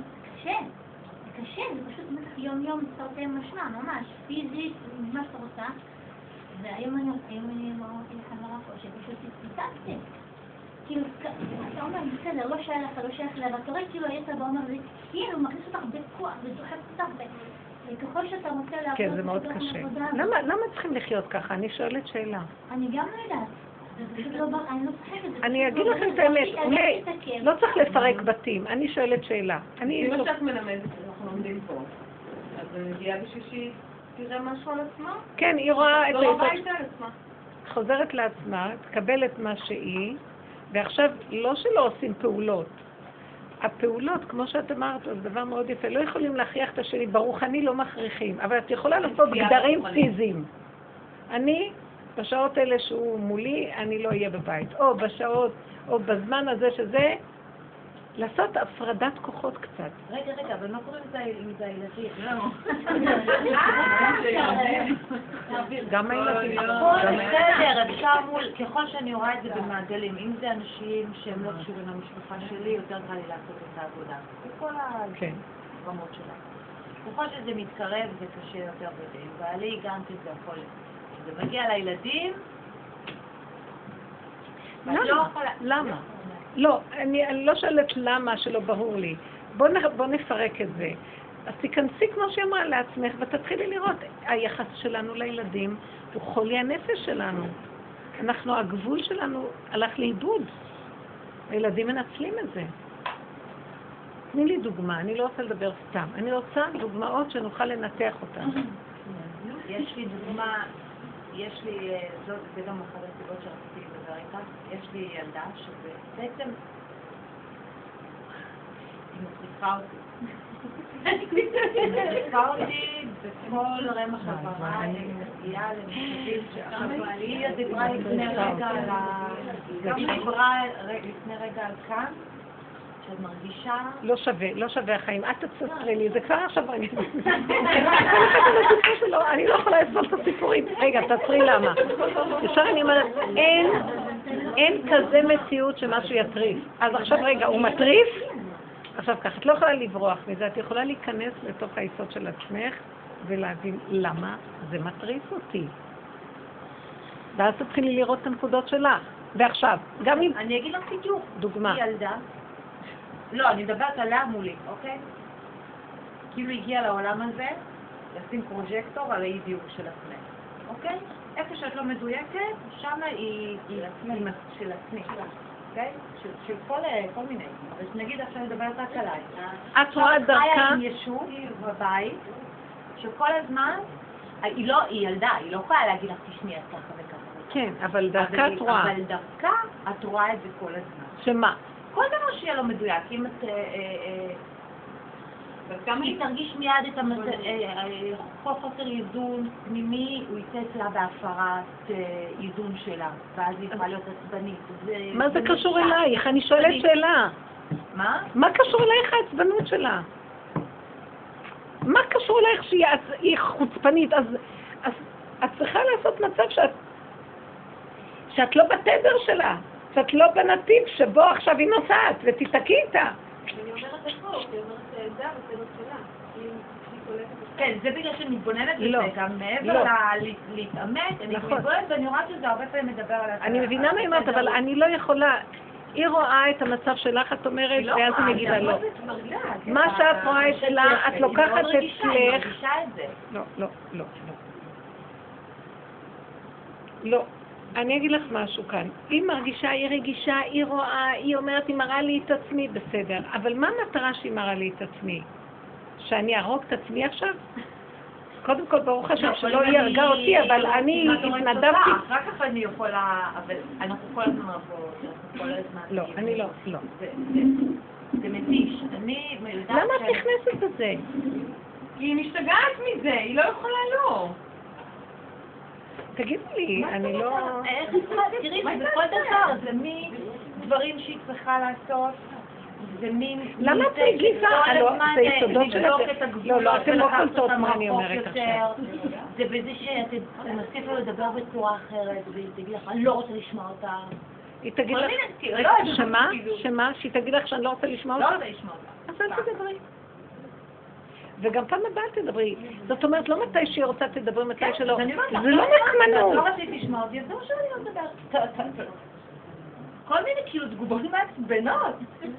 זה קשה, זה פשוט יום, תרתי משמע, ממש, פיזית, מה שאתה רוצה. והיום אני אמרתי לחברה פה, שפשוט התפיסקתי. כאילו, אתה אומר, בסדר, לא שייך לה, ואתה רואה כאילו היית באומר, כאילו, הוא מכניס אותך בכוח, ודוחף אותך, וככל שאתה רוצה לעבוד... כן, זה מאוד קשה. למה צריכים לחיות ככה? אני שואלת שאלה. אני גם לא יודעת. זה פשוט לא בא, אני לא צוחקת. אני אגיד לכם את האמת, אולי לא צריך לפרק בתים, אני שואלת שאלה. אם שאת מלמדת, אנחנו לומדים פה, אז אני מגיעה בשביל שהיא תראה משהו על עצמה? כן, היא רואה את לא ראיתה על עצמה. חוזרת לעצמה, תקבל את מה שהיא, ועכשיו לא שלא עושים פעולות. הפעולות, כמו שאת אמרת, זה דבר מאוד יפה, לא יכולים להכריח את השני, ברוחני לא מכריחים, אבל את יכולה לעשות גדרים פיזיים. אני, בשעות האלה שהוא מולי, אני לא אהיה בבית. או בשעות, או בזמן הזה שזה, לעשות הפרדת כוחות קצת. רגע, אבל מה קורה עם זה הילדים? גם הילדים. בסדר, אפשר מול, ככל שאני רואה את זה במעגלים, אם זה אנשים שהם לא קשורים למשפחה שלי, יותר קל לי לעשות את העבודה. בכל הרמות שלה. ככל שזה מתקרב זה קשה יותר בדין. בעלי גם כזה יכול. זה מגיע לילדים. למה? לא, אני לא שואלת למה שלא ברור לי. בוא נפרק את זה. אז תיכנסי כמו שהיא אמרה לעצמך, ותתחילי לראות, היחס שלנו לילדים הוא חולי הנפש שלנו. הגבול שלנו הלך לאיבוד. הילדים מנצלים את זה. תני לי דוגמה, אני לא רוצה לדבר סתם. אני רוצה דוגמאות שנוכל לנתח אותן. יש לי דוגמה, זה גם אחת הסיבות שרציתי לדבר איתך, יש לי ילדה שבעצם היא מצליחה אותי. היא מצליחה אותי בכל רמ"ח הברה, אני מגיעה למצבים היא דיברה לפני רגע על כאן, שאת מרגישה... לא שווה החיים, את תספרי לי, זה כבר עכשיו אני... אני לא יכולה לסבול את הסיפורים. רגע, תספרי למה. ישר אני אומרת, אין כזה מציאות שמשהו יטריף. אז עכשיו רגע, הוא מטריף? עכשיו ככה, את לא יכולה לברוח מזה, את יכולה להיכנס לתוך היסוד של עצמך ולהבין למה זה מטריף אותי. ואז תתחילי לראות את הנקודות שלך. ועכשיו, גם אם... אני אגיד לך בדיוק. דוגמה. היא ילדה. לא, אני מדברת עליה מולי, אוקיי? כאילו הגיעה לעולם הזה, לשים פרוז'קטור על האי-דיוק של עצמך, אוקיי? איפה שאת לא מדויקת, שמה היא של עצמך, אוקיי? של כל מיני. אז נגיד עכשיו מדברת רק עליי. את רואה דרכה? חיה עם ישוב בבית, שכל הזמן, היא ילדה, היא לא יכולה להגיד לך תשמעי את ככה וככה. כן, אבל דרכה את רואה. אבל דרכה את רואה את זה כל הזמן. שמה? כל דבר שיהיה לא מדויק, אם את... היא תרגיש מיד את חוסר איזון פנימי, הוא יצא אצלה בהפרת איזון שלה, ואז היא יכולה להיות עצבנית. מה זה קשור אלייך? אני שואלת שאלה. מה? מה קשור אלייך העצבנות שלה? מה קשור אלייך שהיא חוצפנית? אז את צריכה לעשות מצב שאת לא בתדר שלה. שאת לא בנתיב שבו עכשיו היא נוסעת, ותתקי איתה. אני אומרת הפוך, היא אומרת ילדה בסדר שלה. כן, זה בגלל שאני מתבוננת בזה, גם מעבר להתאמת, אני מתבוננת ואני רואה שזה הרבה פעמים מדבר על... אני מבינה מה היא אומרת, אבל אני לא יכולה... היא רואה את המצב שלך, את אומרת, ואז היא מגיבה לא. מה שאת רואה אצלה, את לוקחת אצלך... לא, לא, לא. לא. אני אגיד לך משהו כאן. היא מרגישה, היא רגישה, היא רואה, היא אומרת, היא מראה לי את עצמי, בסדר. אבל מה המטרה שהיא מראה לי את עצמי? שאני ארוג את עצמי עכשיו? קודם כל, ברוך השם, שלא היא הרגה אותי, אבל אני התנדבתי. רק כך אני יכולה, אבל אנחנו כל הזמן רבות, אנחנו כל הזמן... לא, אני לא, לא. זה מתיש. למה את נכנסת בזה? כי היא משתגעת מזה, היא לא יכולה לא. תגידי לי, אני לא... תראי, זה כל דבר, זה מדברים שהיא צריכה לעשות, זה מין... למה את מגיבה? זה יסודות של... לא, לא, אתם לא קולטות מה אני אומרת עכשיו. זה בזה שאתם מוסיף לו לדבר בצורה אחרת, והיא תגיד לך, אני לא רוצה לשמוע אותה. היא תגיד לך... שמה? שמה? שהיא תגיד לך שאני לא רוצה לשמוע אותה? לא רוצה לשמוע אותה. אז אל תדברי. וגם פעם הבאה תדברי. זאת אומרת, לא מתי שהיא רוצה תדברי, מתי שלא. זה לא נקמנות. לא רציתי לשמוע אותי, אז זה מה שאני לא מדבר. כל מיני כאילו תגובות מעצבנות.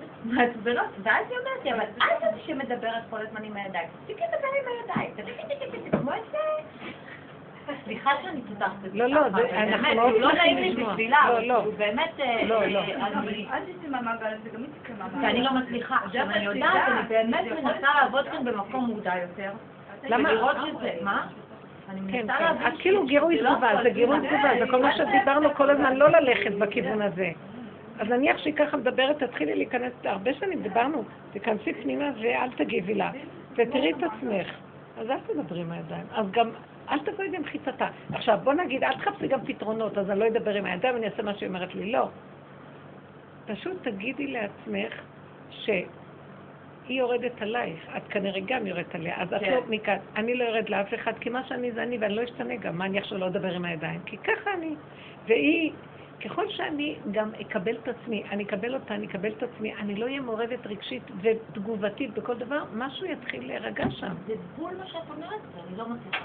ואז היא אומרת לי, אבל אל תדעי שמדברת כל הזמן עם הידיים. תפסיקי לדבר עם הידיים. כמו את זה. סליחה שאני פותחת את זה. לא, לא, אנחנו מאוד לא נעים לי בשבילה. לא. הוא באמת... לא, לא. אל תצאי מהמעגל הזה, גם היא תצא מהמעגל. כי אני לא מצליחה. עכשיו אני יודעת, אני באמת מנסה לעבוד כאן במקום מודע יותר. למה? ולראות שזה, מה? כן, כן. את כאילו גירוי תגובה, זה גירוי תגובה, זה כל מה שדיברנו כל הזמן, לא ללכת בכיוון הזה. אז נניח שהיא ככה מדברת, תתחילי להיכנס, הרבה שנים דיברנו, תיכנסי פנימה ואל תגיבי לה, ותראי את עצמך. אז אל תדברי עם הידיים. אז גם, אל תבואי גם חיטתה. עכשיו, בוא נגיד, אל תחפשי גם פתרונות, אז אני לא אדבר עם הידיים, אני אעשה מה שהיא אומרת לי. לא. פשוט תגידי לעצמך שהיא יורדת עלייך, את כנראה גם יורדת עליה, אז את לא מכאן, אני לא יורד לאף אחד, כי מה שאני זה אני, ואני לא אשתנה גם, מה אני עכשיו לא אדבר עם הידיים, כי ככה אני, והיא, ככל שאני גם אקבל את עצמי, אני אקבל אותה, אני אקבל את עצמי, אני לא אהיה מעורבת רגשית ותגובתית בכל דבר, משהו יתחיל להירגע שם. זה בול מה שאת אומרת, אני לא מצליחה.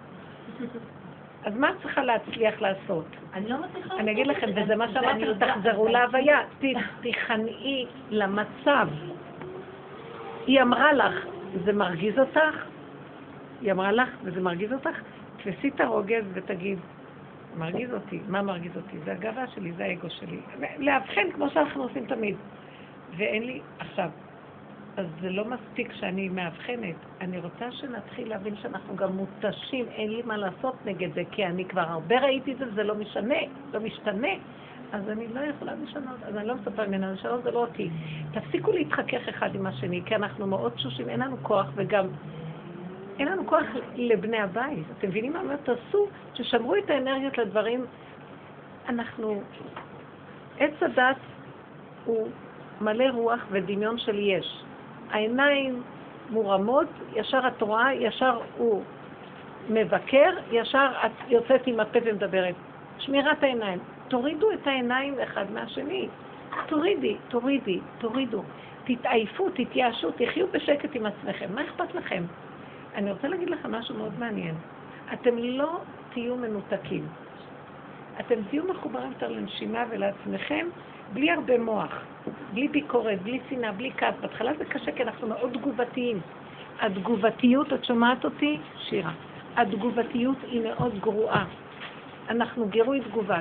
אז מה את צריכה להצליח לעשות? אני לא מצליחה. אני אגיד לכם, וזה מה שאמרתי, תחזרו להוויה, תיכנעי למצב. היא אמרה לך, זה מרגיז אותך? היא אמרה לך, וזה מרגיז אותך? תפסי את הרוגז ותגיד, מרגיז אותי, מה מרגיז אותי? זה הגאווה שלי, זה האגו שלי. להבחן כמו שאנחנו עושים תמיד. ואין לי, עכשיו, אז זה לא מספיק שאני מאבחנת. אני רוצה שנתחיל להבין שאנחנו גם מותשים, אין לי מה לעשות נגד זה, כי אני כבר הרבה ראיתי את זה, וזה לא משנה, לא משתנה. אז אני לא יכולה לשנות, אז אני לא מספר ממנה, לשנות זה לא אותי. תפסיקו להתחכך אחד עם השני, כי אנחנו מאוד תשושים, אין לנו כוח, וגם אין לנו כוח לבני הבית. אתם מבינים מה אומרת? תעשו, ששמרו את האנרגיות לדברים. אנחנו, עץ הדת הוא מלא רוח ודמיון של יש. העיניים מורמות, ישר את רואה, ישר הוא מבקר, ישר את יוצאת עם הפה ומדברת. שמירת העיניים. תורידו את העיניים אחד מהשני. תורידו. תתעייפו, תתייאשו, תחיו בשקט עם עצמכם. מה אכפת לכם? אני רוצה להגיד לכם משהו מאוד מעניין. אתם לא תהיו מנותקים. אתם תהיו מחוברים יותר לנשימה ולעצמכם, בלי הרבה מוח, בלי ביקורת, בלי שנאה, בלי כעס. בהתחלה זה קשה כי אנחנו מאוד תגובתיים. התגובתיות, את שומעת אותי? שירה. התגובתיות היא מאוד גרועה. אנחנו גירוי תגובה.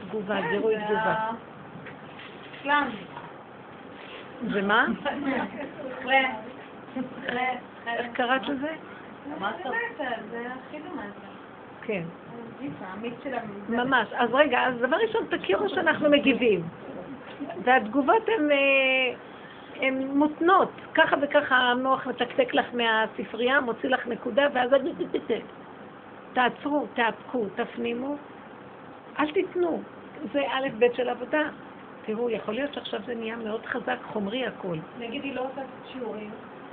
ומה? איך קראת לזה? זה הכי דומה. כן. העמית שלה. ממש. אז רגע, אז דבר ראשון, תכירו שאנחנו מגיבים. והתגובות הן מותנות. ככה וככה המוח מתקתק לך מהספרייה, מוציא לך נקודה, ואז תעצרו, תאפקו, תפנימו. אל תיתנו. זה א' ב' של עבודה. תראו, יכול להיות שעכשיו זה נהיה מאוד חזק, חומרי הכל. נגיד, היא לא עושה שיעורים.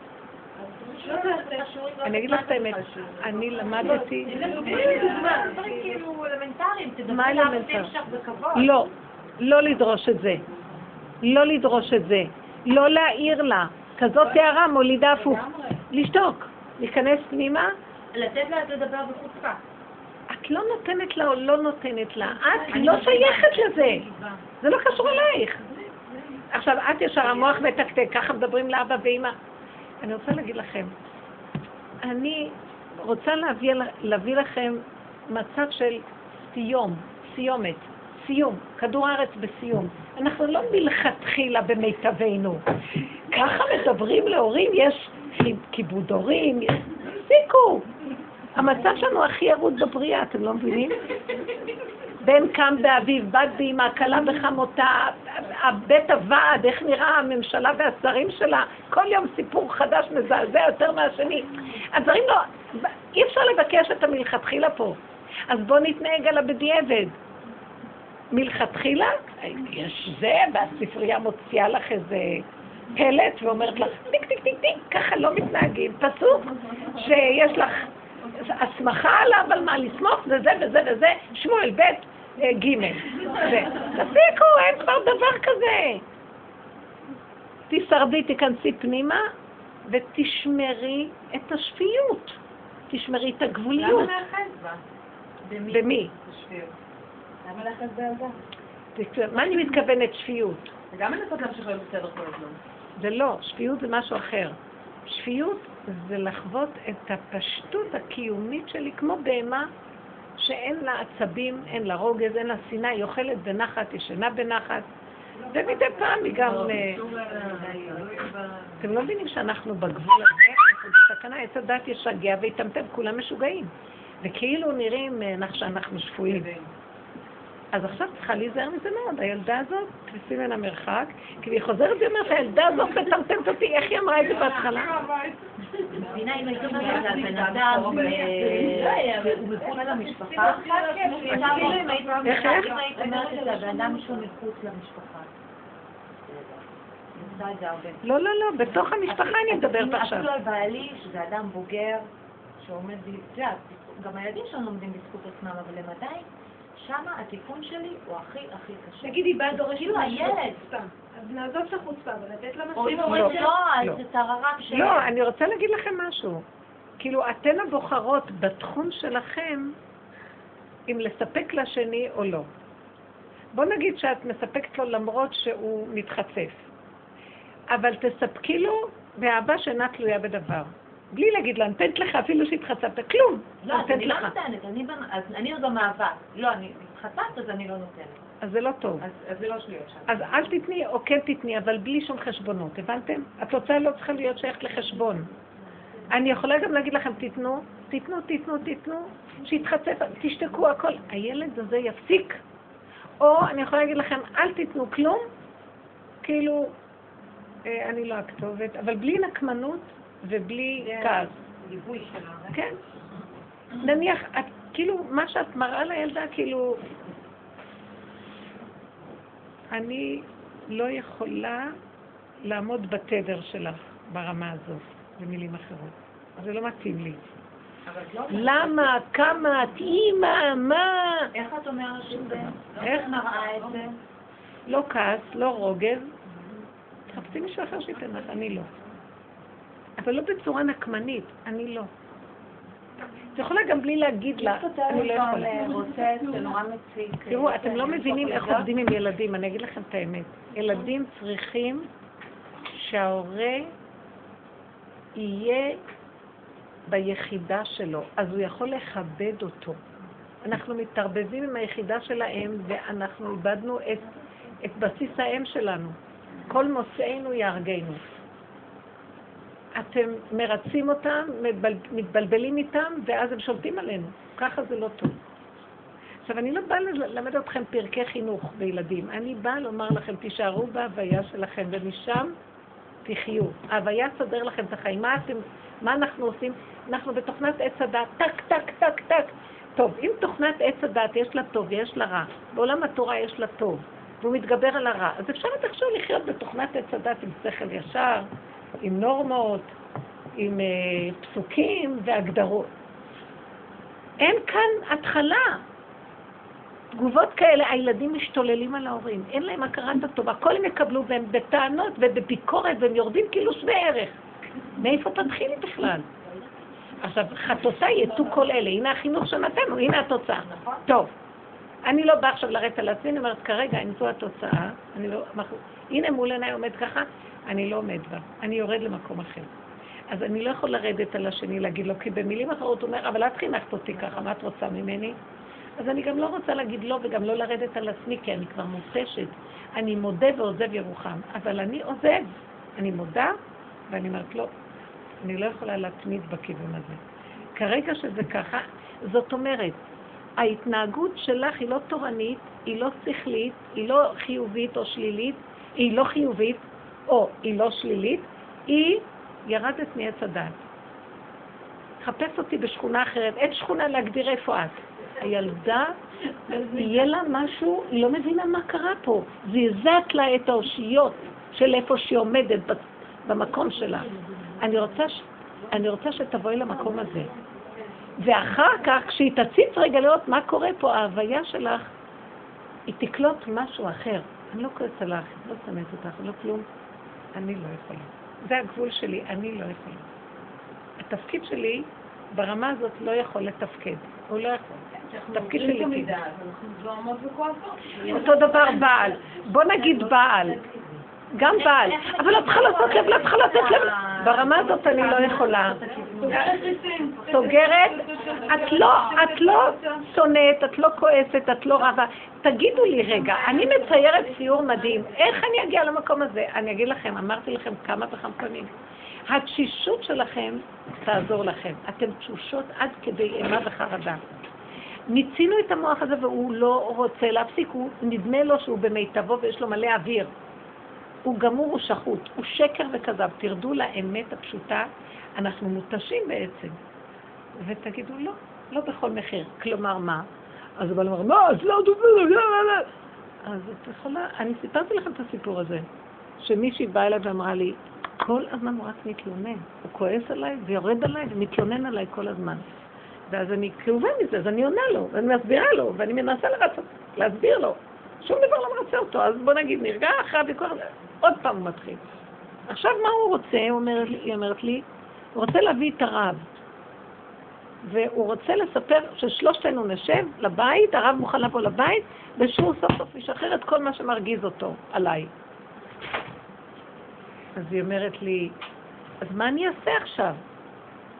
אני אגיד לך את האמת, אני למדתי... דברים כאילו אלמנטריים, מה תדברי אלמנטרי? להבטיח לך בכבוד. לא לדרוש את זה. לא להעיר לה. כזאת תארה מולידה הפוך. לשתוק, להיכנס פנימה. לתת לה לדבר בחוצפה. את לא נותנת לה או לא נותנת לה. את לא שייכת לזה. זה לא קשור אלייך. עכשיו, את ישר המוח מתקתק, ככה מדברים לאבא ואמא. אני רוצה להגיד לכם, אני רוצה להביא לכם מצב של סיום, כדור הארץ בסיום. אנחנו לא מלכתחילה במיטבנו. ככה מדברים להורים, יש כיבוד הורים, תפסיקו. המצב שלנו הכי ירוד בבריאה, אתם לא מבינים? בן קם באביב, בת באמא, כלה בחמותה, בית הוועד, איך נראה הממשלה והשרים שלה, כל יום סיפור חדש מזעזע יותר מהשני. הדברים לא, אי אפשר לבקש את המלכתחילה פה. אז בוא נתנהג על הבדיעבד. מלכתחילה, יש זה, והספרייה מוציאה לך איזה פלט ואומרת לך, טיק, ככה לא מתנהגים. פסוק שיש לך הסמכה עליו, על מה לסמוך, וזה, שמואל ב' ג' תפסיקו, אין כבר דבר כזה. תשרדי, תיכנסי פנימה ותשמרי את השפיות. תשמרי את הגבוליות. למה לאחז בה? במי? בשפיות. למה לאחז באלדה? מה אני מתכוונת שפיות? וגם לנסות להמשיך להיות בסדר כל הזמן. זה לא, שפיות זה משהו אחר. שפיות זה לחוות את הפשטות הקיומית שלי כמו בהמה שאין לה עצבים, אין לה רוגז, אין לה שנאה, היא אוכלת בנחת, ישנה בנחת, ומדי פעם היא גם... אתם לא מבינים שאנחנו בגבול הזה, אנחנו בסכנה, עץ הדת ישגע ויתמתם, כולם משוגעים, וכאילו נראים שאנחנו שפויים. אז עכשיו צריכה להיזהר מזה מאוד, הילדה הזאת, תפסי ממנה מרחק, כי היא חוזרת ואומרת, הילדה הזאת מטמטמת אותי, איך היא אמרה את זה בהתחלה? מבינה, אם הייתי אומרת לבן אדם, הוא מחוץ למשפחה, אם היית אומרת את הבן אדם שהוא מחוץ למשפחה. לא, בתוך המשפחה אני מדברת עכשיו. אפילו על בעלי, שזה אדם בוגר, שעומד, גם הילדים שלנו עומדים בזכות עצמם, אבל הם עדיין, שמה התיקון שלי הוא הכי קשה. נגיד, היא באה דורשת כאילו הילד. אז נעזוב את החוצפה ולתת לה או אם מספיק. אומרת לא, אז זה טררק של... לא, אני רוצה להגיד לכם משהו. כאילו, אתן הבוחרות בתחום שלכם, אם לספק לשני או לא. בוא נגיד שאת מספקת לו למרות שהוא מתחצף. אבל תספקי לו באהבה שאינה תלויה בדבר. בלי להגיד לה, נתנת לך אפילו שהתחצפת, כלום. לא, אני לא נותנת, אני עוד במאבק. לא, אני התחצפת, אז אני לא נותנת. אז זה לא טוב. אז זה לא שלי עכשיו. אז אל תתני או כן תתני, אבל בלי שום חשבונות, הבנתם? התוצאה לא צריכה להיות שייכת לחשבון. אני יכולה גם להגיד לכם, תתנו, שיתחצף, תשתקו הכל. הילד הזה יפסיק. או אני יכולה להגיד לכם, אל תתנו כלום, כאילו, אני לא הכתובת, אבל בלי נקמנות ובלי כעס. ליווי שלה. כן. נניח, כאילו, מה שאת מראה לילדה, כאילו, אני לא יכולה לעמוד בתדר שלך ברמה הזאת, במילים אחרות. זה לא מתאים לי. למה? כמה? את אימא? מה? איך את אומרת שזה? איך מראה את זה? לא כעס, לא רוגז. תחפשי מישהו אחר שייתן לך, אני לא. אבל לא בצורה נקמנית, אני לא. את יכולה גם בלי להגיד לה, אני לא יכולה. זה נורא מציק. תראו, אתם לא מבינים איך עובדים עם ילדים, אני אגיד לכם את האמת. ילדים צריכים שההורה יהיה ביחידה שלו, אז הוא יכול לכבד אותו. אנחנו מתערבבים עם היחידה שלהם, ואנחנו איבדנו את בסיס האם שלנו. כל מוצאינו יהרגנו. אתם מרצים אותם, מתבלבלים איתם, ואז הם שולטים עלינו. ככה זה לא טוב. עכשיו, אני לא באה ללמד אתכם פרקי חינוך בילדים. אני באה לומר לכם, תישארו בהוויה שלכם, ומשם תחיו. ההוויה תסדר לכם את החיים. מה אנחנו עושים? אנחנו בתוכנת עץ הדת, טק. טוב, אם תוכנת עץ הדת יש לה טוב ויש לה רע, בעולם התורה יש לה טוב, והוא מתגבר על הרע, אז אפשר עכשיו לחיות בתוכנת עץ הדת עם שכל ישר, עם נורמות, עם פסוקים והגדרות. אין כאן התחלה. תגובות כאלה, הילדים משתוללים על ההורים, אין להם הכרת הטוב, הכל הם יקבלו והם בטענות ובביקורת והם יורדים כאילו שווה ערך. מאיפה תתחילי בכלל? עכשיו, חטאותי יצאו כל אלה, הנה החינוך שנתנו, הנה התוצאה. טוב, אני לא באה עכשיו לרדת על עצמי, אני אומרת, כרגע, אם זו התוצאה, הנה מול עיניי עומד ככה, אני לא עומד בה, אני יורד למקום אחר. אז אני לא יכול לרדת על השני, להגיד לו, כי במילים אחרות הוא אומר, אבל את חינכת אותי ככה, מה את רוצה ממני? אז אני גם לא רוצה להגיד לא, וגם לא לרדת על עצמי, כי אני כבר מותשת. אני מודה ועוזב ירוחם, אבל אני עוזב, אני מודה, ואני אומרת, לא, אני לא יכולה להתמיד בכיוון הזה. כרגע שזה ככה, זאת אומרת, ההתנהגות שלך היא לא תורנית, היא לא שכלית, היא לא חיובית או שלילית, היא לא חיובית או היא לא שלילית, היא ירדת מעץ הדת. חפש אותי בשכונה אחרת, אין שכונה להגדיר איפה את. הילדה, יהיה לה משהו, היא לא מבינה מה קרה פה. זעזעת לה את האושיות של איפה שהיא עומדת במקום שלה. אני רוצה שתבואי למקום הזה. ואחר כך, כשהיא תציץ רגע לראות מה קורה פה, ההוויה שלך, היא תקלוט משהו אחר. אני לא כועסת עליך, לא שונאת אותך, לא כלום. אני לא יכולה. זה הגבול שלי, אני לא יכולה. התפקיד שלי ברמה הזאת לא יכול לתפקד. הוא לא יכול. התפקיד שלי אותו דבר בעל. בוא נגיד בעל. גם בעל. אבל את צריכה לעשות לב, לא צריכה לתת לב. ברמה הזאת אני לא יכולה. סוגרת. את לא שונאת, את לא כועסת, את לא רבה. תגידו לי רגע, אני מציירת ציור מדהים. איך אני אגיע למקום הזה? אני אגיד לכם, אמרתי לכם כמה וכמה פעמים. התשישות שלכם תעזור לכם. אתם תשושות עד כדי אימה וחרדה. ניצינו את המוח הזה והוא לא רוצה להפסיק, הוא נדמה לו שהוא במיטבו ויש לו מלא אוויר. הוא גמור, הוא שחוט, הוא שקר וכזב. תרדו לאמת הפשוטה, אנחנו מותשים בעצם. ותגידו לא, לא בכל מחיר. כלומר מה? אז אבל אומר, מה? אז לא דובר, אז את יכולה, אני סיפרתי לכם את הסיפור הזה, שמישהי באה אליי ואמרה לי, כל הזמן הוא רק מתלונן. הוא כועס עליי ויורד עליי ומתלונן עליי כל הזמן. ואז אני כאובה מזה, אז אני עונה לו, ואני מסבירה לו, ואני מנסה להסביר לו. שום דבר לא מרצה אותו, אז בוא נגיד, נרגע אחרי הביקור, עוד פעם הוא מתחיל. עכשיו מה הוא רוצה? היא אומרת לי, הוא רוצה להביא את הרב. והוא רוצה לספר ששלושתנו נשב לבית, הרב מוכן לבוא לבית, ושהוא סוף סוף ישחרר את כל מה שמרגיז אותו עליי. אז היא אומרת לי, אז מה אני אעשה עכשיו?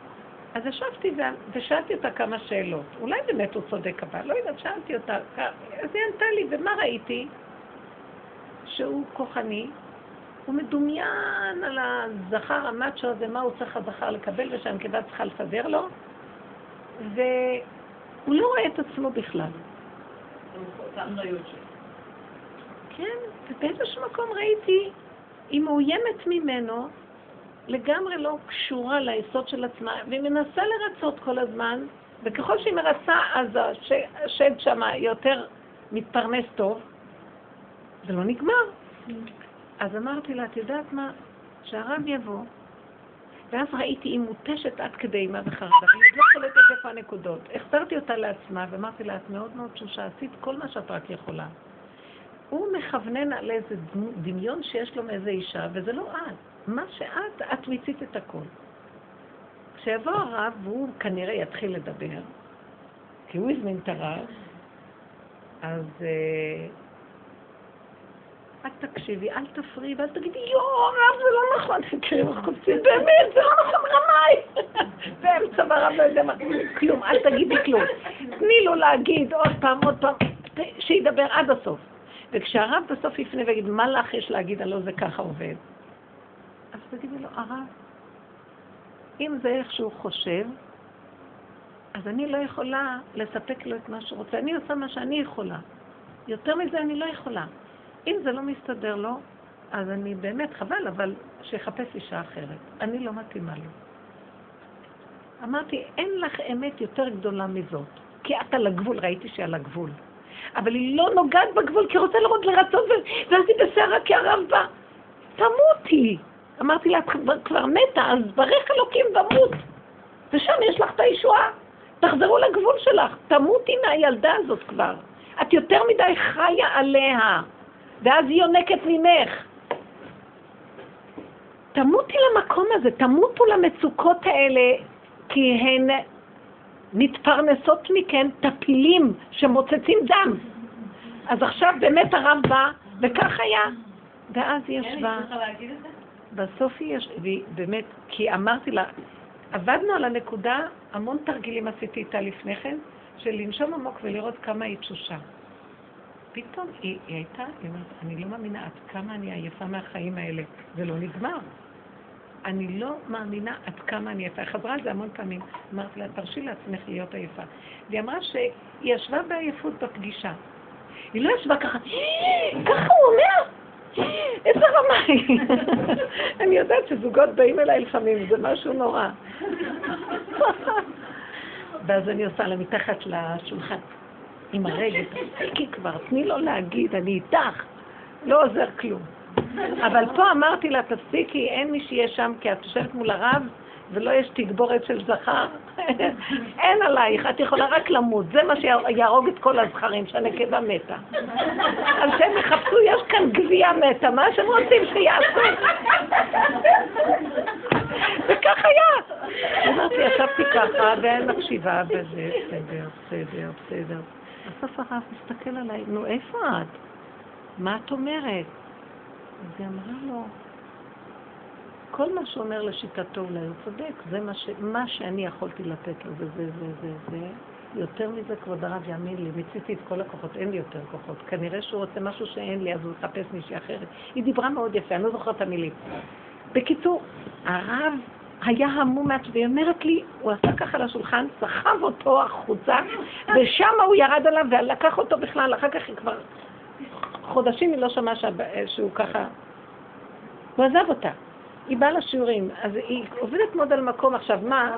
אז ישבתי ושאלתי אותה כמה שאלות. אולי באמת הוא צודק, אבל לא יודעת, שאלתי אותה. אז היא ענתה לי, ומה ראיתי? שהוא כוחני, הוא מדומיין על הזכר המאצ'ו הזה, מה הוא צריך הזכר לקבל, ושהנקבה צריכה לסדר לו, והוא לא רואה את עצמו בכלל. כן, ובאיזשהו מקום ראיתי, היא מאוימת ממנו, לגמרי לא קשורה ליסוד של עצמה, והיא מנסה לרצות כל הזמן, וככל שהיא מרצה, אז השד שם יותר מתפרנס טוב, זה לא נגמר. אז אמרתי לה, את יודעת מה? שהרב יבוא, ואז ראיתי היא מוטשת עד כדי מה וחרדה, והיא לא קולטת איפה הנקודות. החזרתי אותה לעצמה, ואמרתי לה, את מאוד מאוד תשושה, עשית כל מה שאת רק יכולה. הוא מכוונן על איזה דמיון שיש לו מאיזה אישה, וזה לא את. מה את מיצית את הכל. כשיבוא הרב, והוא כנראה יתחיל לדבר, כי הוא הזמין את הרב, אז אל תקשיבי, אל תפריעי, ואל תגידי, הרב, זה לא נכון, באמת, זה לא נכון, רמאי. באמצע הרב לא יודע מה, כלום, אל תגידי כלום. תני לו להגיד עוד פעם, שידבר עד הסוף. וכשהרב בסוף יפנה ויגיד, מה לך יש להגיד, הלא זה ככה עובד. אז תגידי לו, הרב, אם זה איך שהוא חושב, אז אני לא יכולה לספק לו את מה שהוא רוצה. אני עושה מה שאני יכולה. יותר מזה אני לא יכולה. אם זה לא מסתדר לו, אז אני באמת חבל, אבל שיחפש אישה אחרת. אני לא מתאימה לו. אמרתי, אין לך אמת יותר גדולה מזאת. כי את על הגבול, ראיתי שהיא על הגבול. אבל היא לא נוגעת בגבול, כי היא רוצה לראות לרצות, ואז היא בסערה כי הרב בא. תמותי. אמרתי לה, את כבר מתה, אז ברך אלוקים ומות. ושם יש לך את הישועה. תחזרו לגבול שלך. תמותי מהילדה הזאת כבר. את יותר מדי חיה עליה. ואז היא יונקת ממך. תמותי למקום הזה, תמותו למצוקות האלה, כי הן מתפרנסות מכן טפילים שמוצצים דם. אז עכשיו באמת הרב בא, וכך היה. ואז היא ישבה. בסוף היא ישבה, באמת, כי אמרתי לה, עבדנו על הנקודה, המון תרגילים עשיתי איתה לפני כן, של לנשום עמוק ולראות כמה היא תשושה. פתאום היא הייתה, היא אומרת, אני לא מאמינה עד כמה אני עייפה מהחיים האלה, זה לא נגמר. אני לא מאמינה עד כמה אני עייפה. חזרה על זה המון פעמים. אמרתי לה, תרשי לעצמך להיות עייפה. והיא אמרה שהיא ישבה בעייפות בפגישה. היא לא ישבה ככה, ככה הוא אומר, איזה רמה היא. אני יודעת שזוגות באים אליי לפעמים, זה משהו נורא. ואז אני עושה לה מתחת לשולחן. עם הרגל, תפסיקי כבר, תני לו להגיד, אני איתך, לא עוזר כלום. אבל פה אמרתי לה, תפסיקי, אין מי שיהיה שם, כי את יושבת מול הרב, ולא יש תגבורת של זכר. אין עלייך, את יכולה רק למות, זה מה שיהרוג את כל הזכרים, שהנקבה מתה. אז שהם יחפשו, יש כאן גבייה מתה, מה שהם רוצים שיעשו? וכך היה. אמרתי, ישבתי ככה, ואין מקשיבה, וזה בסדר. הסוף הרב מסתכל עליי, נו, איפה את? מה את אומרת? אז היא אמרה לו, כל מה שאומר לשיטתו אולי הוא צודק, זה מה שאני יכולתי לתת לו, זה. יותר מזה, כבוד הרב, יאמין לי, מיציתי את כל הכוחות, אין לי יותר כוחות. כנראה שהוא רוצה משהו שאין לי, אז הוא יחפש מישהי אחרת. היא דיברה מאוד יפה, אני לא זוכרת את המילים. בקיצור, הרב היה המום מעצמי, והיא אומרת לי, הוא עשה ככה לשולחן, סחב אותו החוצה, ושם הוא ירד עליו ולקח אותו בכלל, אחר כך היא כבר חודשים היא לא שמעה שהוא ככה, הוא עזב אותה. היא באה לשיעורים, אז היא עובדת מאוד על מקום עכשיו, מה?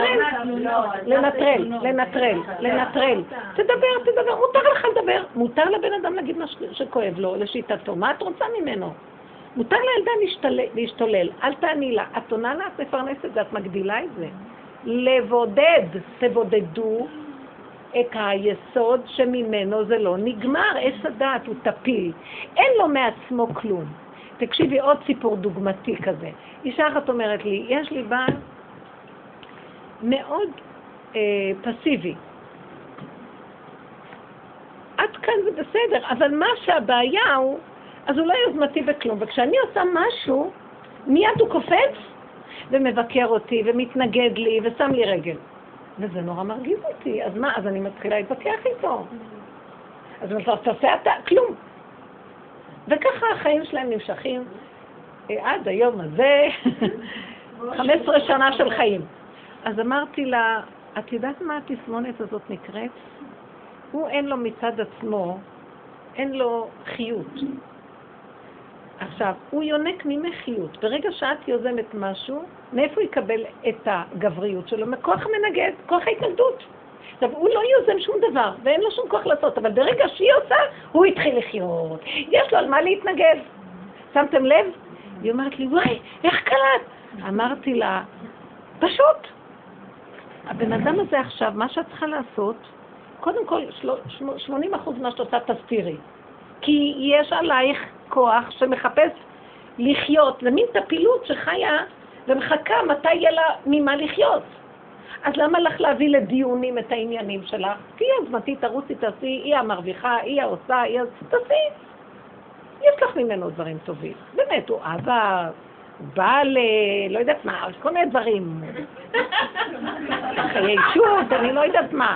לנטרל. תדבר, מותר לך לדבר, מותר לבן אדם להגיד מה שכואב לו, לשיטתו, מה את רוצה ממנו? מותר לילדה להשתולל, אל תעני לה, את עונה לה, את מפרנסת את זה, את מגדילה את זה. תבודדו את היסוד שממנו זה לא נגמר, עץ הדעת הוא טפיל, אין לו מעצמו כלום. תקשיבי עוד סיפור דוגמתי כזה. אישה אחת אומרת לי, יש לי בעל מאוד פסיבי. עד כאן זה בסדר, אבל מה שהבעיה הוא, אז הוא לא יוזמתי בכלום. וכשאני עושה משהו, מיד הוא קופץ, ומבקר אותי ומתנגד לי ושם לי רגל. וזה נורא מרגיז אותי. אז מה? אז אני מתחילה להתווכח איתו. אז אני תעשה אתה, כלום. וככה החיים שלהם נמשכים עד היום הזה, 15 שנה של חיים. אז אמרתי לה, את יודעת מה התסמונת הזאת נקראת? הוא אין לו מצד עצמו, אין לו חיות. עכשיו, הוא יונק ממך חיות. ברגע שאת יוזמת משהו, מאיפה הוא יקבל את הגבריות שלו? מכוח המנגד, כוח ההתנגדות. עכשיו, הוא לא יוזם שום דבר, ואין לו שום כוח לעשות, אבל ברגע שהיא עושה, הוא התחיל לחיות. יש לו על מה להתנגד. שמתם לב? היא אומרת לי, וואי, איך קלט? אמרתי לה, פשוט. הבן אדם הזה עכשיו, מה שאת צריכה לעשות, קודם כל, 80% מה שאת עושה תסתירי. כי יש עלייך כוח שמחפש לחיות. זה מין טפילות שחיה ומחכה מתי יהיה לה ממה לחיות. אז למה לך להביא לדיונים את העניינים שלך? תהיה עזמתי, תרוצי, תעשי, היא המרוויחה, היא העושה, היא תעשי. יש לך ממנו דברים טובים. באמת, הוא אבא, הוא בא לא יודעת מה, כל מיני דברים. חיי אישות, אני לא יודעת מה.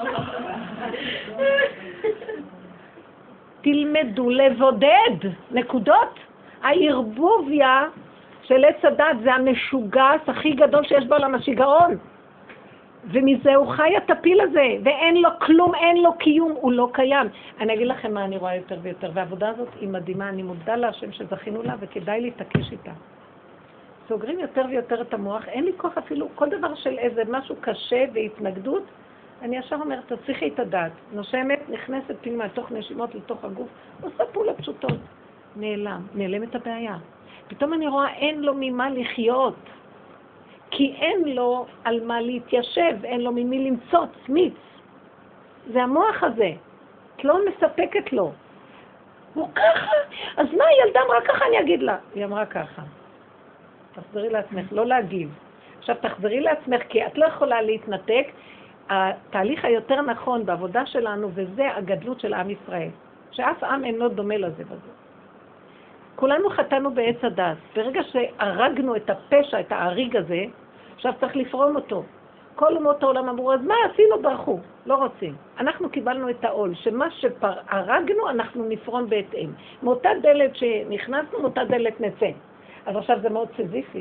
תלמדו לבודד, נקודות. הערבוביה של עץ הדת זה המשוגס הכי גדול שיש בעולם, השיגעון. ומזה הוא חי הטפיל הזה, ואין לו כלום, אין לו קיום, הוא לא קיים. אני אגיד לכם מה אני רואה יותר ויותר, והעבודה הזאת היא מדהימה, אני מודה להשם שזכינו לה וכדאי להתעקש איתה. סוגרים יותר ויותר את המוח, אין לי כוח אפילו, כל דבר של איזה משהו קשה והתנגדות, אני ישר אומרת, תצליחי את הדעת, נושמת, נכנסת פנימה לתוך נשימות לתוך הגוף, עושה פעולות פשוטות, נעלמת הבעיה. פתאום אני רואה אין לו ממה לחיות, כי אין לו על מה להתיישב, אין לו ממי למצוא מיץ. זה המוח הזה, את לא מספקת לו. הוא ככה, אז מה ילדה אמרה ככה, אני אגיד לה. היא אמרה ככה. תחזרי לעצמך, לא להגיב. עכשיו תחזרי לעצמך, כי את לא יכולה להתנתק. התהליך היותר נכון בעבודה שלנו, וזה הגדלות של עם ישראל. שאף עם אינו דומה לזה בזה. כולנו חטאנו בעץ הדת. ברגע שהרגנו את הפשע, את ההריג הזה, עכשיו צריך לפרום אותו. כל אומות העולם אמרו, אז מה עשינו? ברחו. לא רוצים. אנחנו קיבלנו את העול, שמה שהרגנו אנחנו נפרום בהתאם. מאותה דלת שנכנסנו, מאותה דלת נצא. אז עכשיו זה מאוד סיזיפי.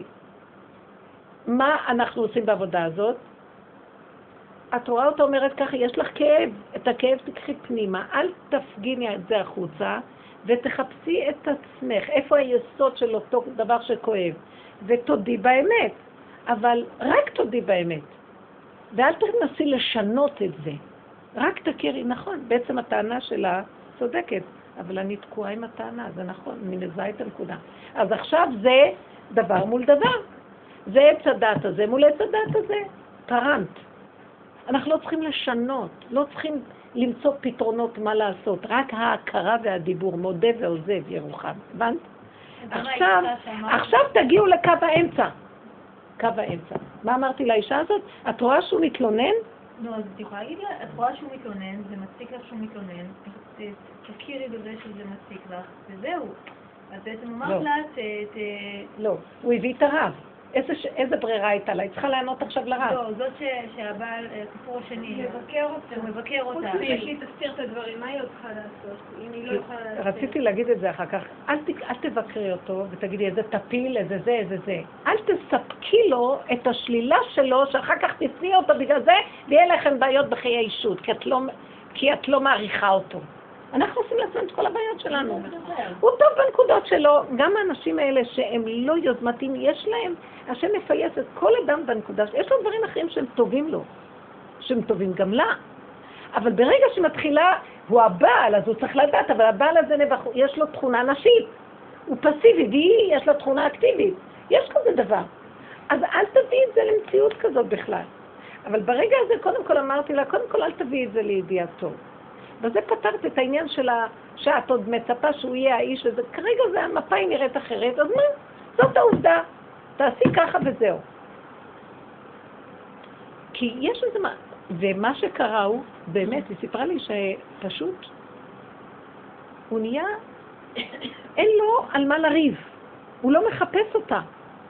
מה אנחנו עושים בעבודה הזאת? את רואה אותה אומרת ככה, יש לך כאב, את הכאב תקחי פנימה, אל תפגיני את זה החוצה, ותחפשי את עצמך, איפה היסוד של אותו דבר שכואב, ותודי באמת, אבל רק תודי באמת, ואל תנסי לשנות את זה, רק תכירי, נכון, בעצם הטענה שלה צודקת, אבל אני תקועה עם הטענה, זה נכון, אני מזהה את הנקודה. אז עכשיו זה דבר מול דבר, זה עץ הדת הזה מול עץ הדת הזה, פרנט. אנחנו לא צריכים לשנות, לא צריכים למצוא פתרונות מה לעשות, רק ההכרה והדיבור, מודה ועוזב ירוחם. הבנת? עכשיו תגיעו לקו האמצע. קו האמצע. מה אמרתי לאישה הזאת? את רואה שהוא מתלונן? לא, אז את יכולה להגיד לה, את רואה שהוא מתלונן, זה מציק לך שהוא מתלונן, תכירי בזה שזה מציק לך, וזהו. אז בעצם אמרת לה, לא, הוא הביא את הרב. איזה ברירה הייתה לה? היא צריכה לענות עכשיו לרב. לא, זאת שהבעל, הסיפור השני, הוא מבקר אותה. חוץ שהיא תסתיר את הדברים, מה היא עוד צריכה לעשות? אם היא לא יכולה לעשות. רציתי להגיד את זה אחר כך, אל תבקרי אותו ותגידי איזה תפיל, איזה זה, איזה זה. אל תספקי לו את השלילה שלו, שאחר כך תפני אותו בגלל זה, ויהיה לכם בעיות בחיי אישות, כי את לא מעריכה אותו. אנחנו עושים לעצמם את כל הבעיות שלנו. הוא טוב בנקודות שלו, גם האנשים האלה שהם לא יוזמתיים, יש להם, השם מפייס את כל אדם בנקודה שלו, יש לו דברים אחרים שהם טובים לו, שהם טובים גם לה. אבל ברגע שמתחילה, הוא הבעל, אז הוא צריך לדעת, אבל הבעל הזה יש לו תכונה נשית, הוא פסיבי, והיא יש לה תכונה אקטיבית, יש כזה דבר. אז אל תביא את זה למציאות כזאת בכלל. אבל ברגע הזה, קודם כל אמרתי לה, קודם כל אל תביא את זה לידיעתו. וזה פתרת את העניין שלה, שאת עוד מצפה שהוא יהיה האיש הזה. כרגע זה המפה היא נראית אחרת, אז מה? זאת העובדה. תעשי ככה וזהו. כי יש איזה מה, ומה שקרה הוא, באמת, היא סיפרה לי שפשוט, הוא נהיה, אין לו על מה לריב. הוא לא מחפש אותה.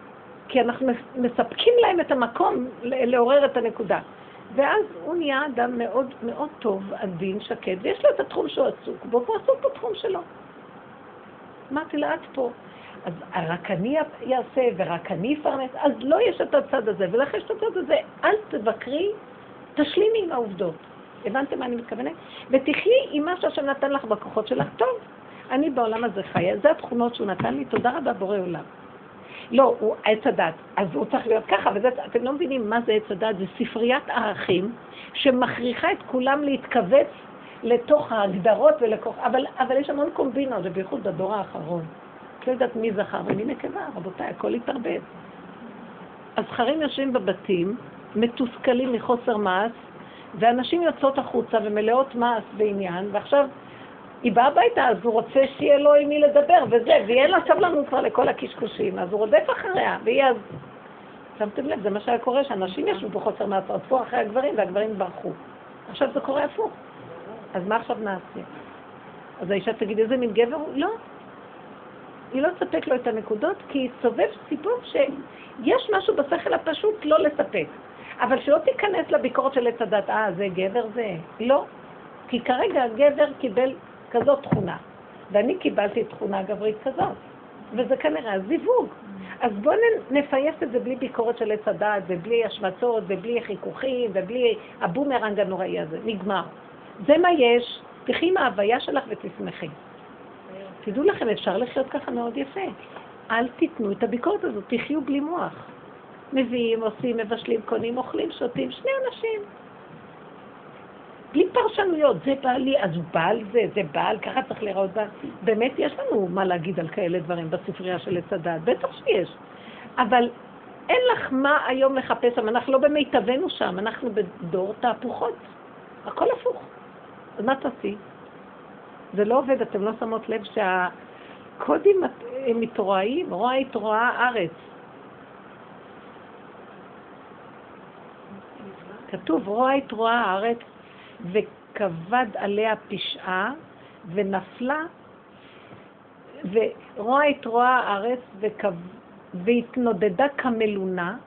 כי אנחנו מספקים להם את המקום לעורר את הנקודה. ואז הוא נהיה אדם מאוד מאוד טוב, עדין, שקט, ויש לו את התחום שהוא עסוק בו, והוא עסוק בתחום שלו. אמרתי לה, את פה. אז רק אני אעשה ורק אני אפרנס, אז לא יש את הצד הזה, ולך יש את הצד הזה, אל תבקרי, תשלימי עם העובדות. הבנתם מה אני מתכוונת? ותחי עם מה שהשם נתן לך בכוחות שלך, טוב, אני בעולם הזה חיה, זה התכונות שהוא נתן לי, תודה רבה בורא עולם. לא, הוא עץ הדת, אז הוא צריך להיות ככה, אתם לא מבינים מה זה עץ הדת, זה ספריית ערכים שמכריחה את כולם להתכווץ לתוך ההגדרות ולכוח, אבל יש המון קומבינות, זה בייחוד בדור האחרון. לא יודעת מי זכר ומי נקבה, רבותיי, הכל התערבב. הזכרים יושבים בבתים, מתוסכלים מחוסר מעש, ואנשים יוצאות החוצה ומלאות מעש בעניין, ועכשיו היא באה הביתה, אז הוא רוצה שיהיה לו עם מי לדבר, וזה, ויהיה לה סבלנות כבר לכל הקשקושים, אז הוא רודף אחריה, והיא אז... שמתם לב, זה מה שהיה קורה, שאנשים ישבו בחוסר מעש, רדפו אחרי הגברים, והגברים ברחו. עכשיו זה קורה הפוך. אז מה עכשיו נעשה? אז האישה תגיד, איזה מין גבר הוא? לא. היא לא תספק לו את הנקודות, כי היא סובב סיפור שיש משהו בשכל הפשוט לא לספק. אבל שלא תיכנס לביקורת של עץ הדת, זה גבר זה. לא. כי כרגע הגבר קיבל כזאת תכונה, ואני קיבלתי תכונה גברית כזאת. וזה כנראה הזיווג. אז בואו נפייס את זה בלי ביקורת של עץ הדת, ובלי השמצות, ובלי חיכוכים, ובלי הבומרנג הנוראי הזה. נגמר. זה מה יש, תחי עם ההוויה שלך ותשמחי. תדעו לכם, אפשר לחיות ככה מאוד יפה. אל תיתנו את הביקורת הזאת, תחיו בלי מוח. מביאים, עושים, מבשלים, קונים, אוכלים, שותים, שני אנשים. בלי פרשנויות, זה בעלי, אז הוא בעל זה בעל, ככה צריך לראות בה. באמת יש לנו מה להגיד על כאלה דברים בספרייה של עץ הדת, בטח שיש. אבל אין לך מה היום לחפש שם, אנחנו לא במיטבנו שם, אנחנו בדור תהפוכות. הכל הפוך. אז מה תעשי? זה לא עובד, אתם לא שמות לב שהקודים הם מתרועיים, רואה ארץ. כתוב, רואה הארץ וכבד עליה פשעה ונפלה, ורואה הארץ והתנודדה כמלונה,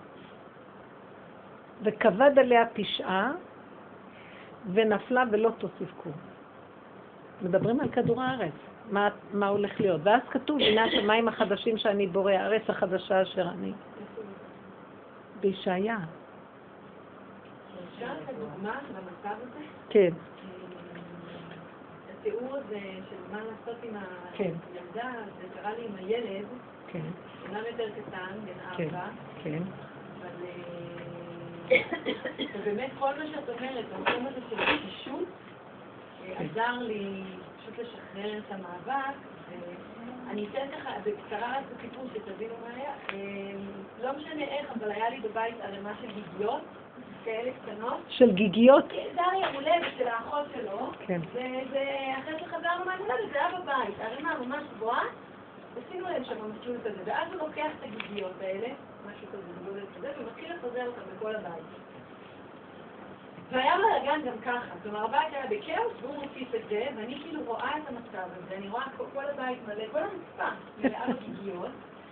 וכבד עליה פשעה ונפלה ולא תוסיף כלום. מדברים על כדור הארץ, מה הולך להיות. ואז כתוב, הנה השמיים החדשים שאני בורא, הארץ החדשה אשר אני. בישעיה. אפשר את הדוגמה במצב הזה? כן. התיאור הזה של מה לעשות עם הילדה, זה קרה לי עם הילד, אולם יותר קטן, בן 4, אבל ובאמת כל מה שאת אומרת, המקום הזה של פשוט, עזר לי פשוט לשחרר את המאבק. אני אתן ככה בקצרה רק בסיפור שתבינו מה היה. לא משנה איך, אבל היה לי בבית ערימה של גיגיות, כאלה קטנות. של גיגיות? זה היה יום הולדת של האחות שלו, ואחרי שחזרנו מהמולדת זה היה בבית, ערימה ממש גבוהה, עשינו להם שם המשול כזה, ואז הוא לוקח את הגיגיות האלה, משהו כזה בגודל כזה, ומתחיל לפזר אותם בכל הבית. והיה בלגן גם ככה, כלומר הבית היה בכאוס, והוא מוסיף את זה, ואני כאילו רואה את המצב הזה, אני רואה כל הבית מלא, כל המצפה מלאה בגיגיות,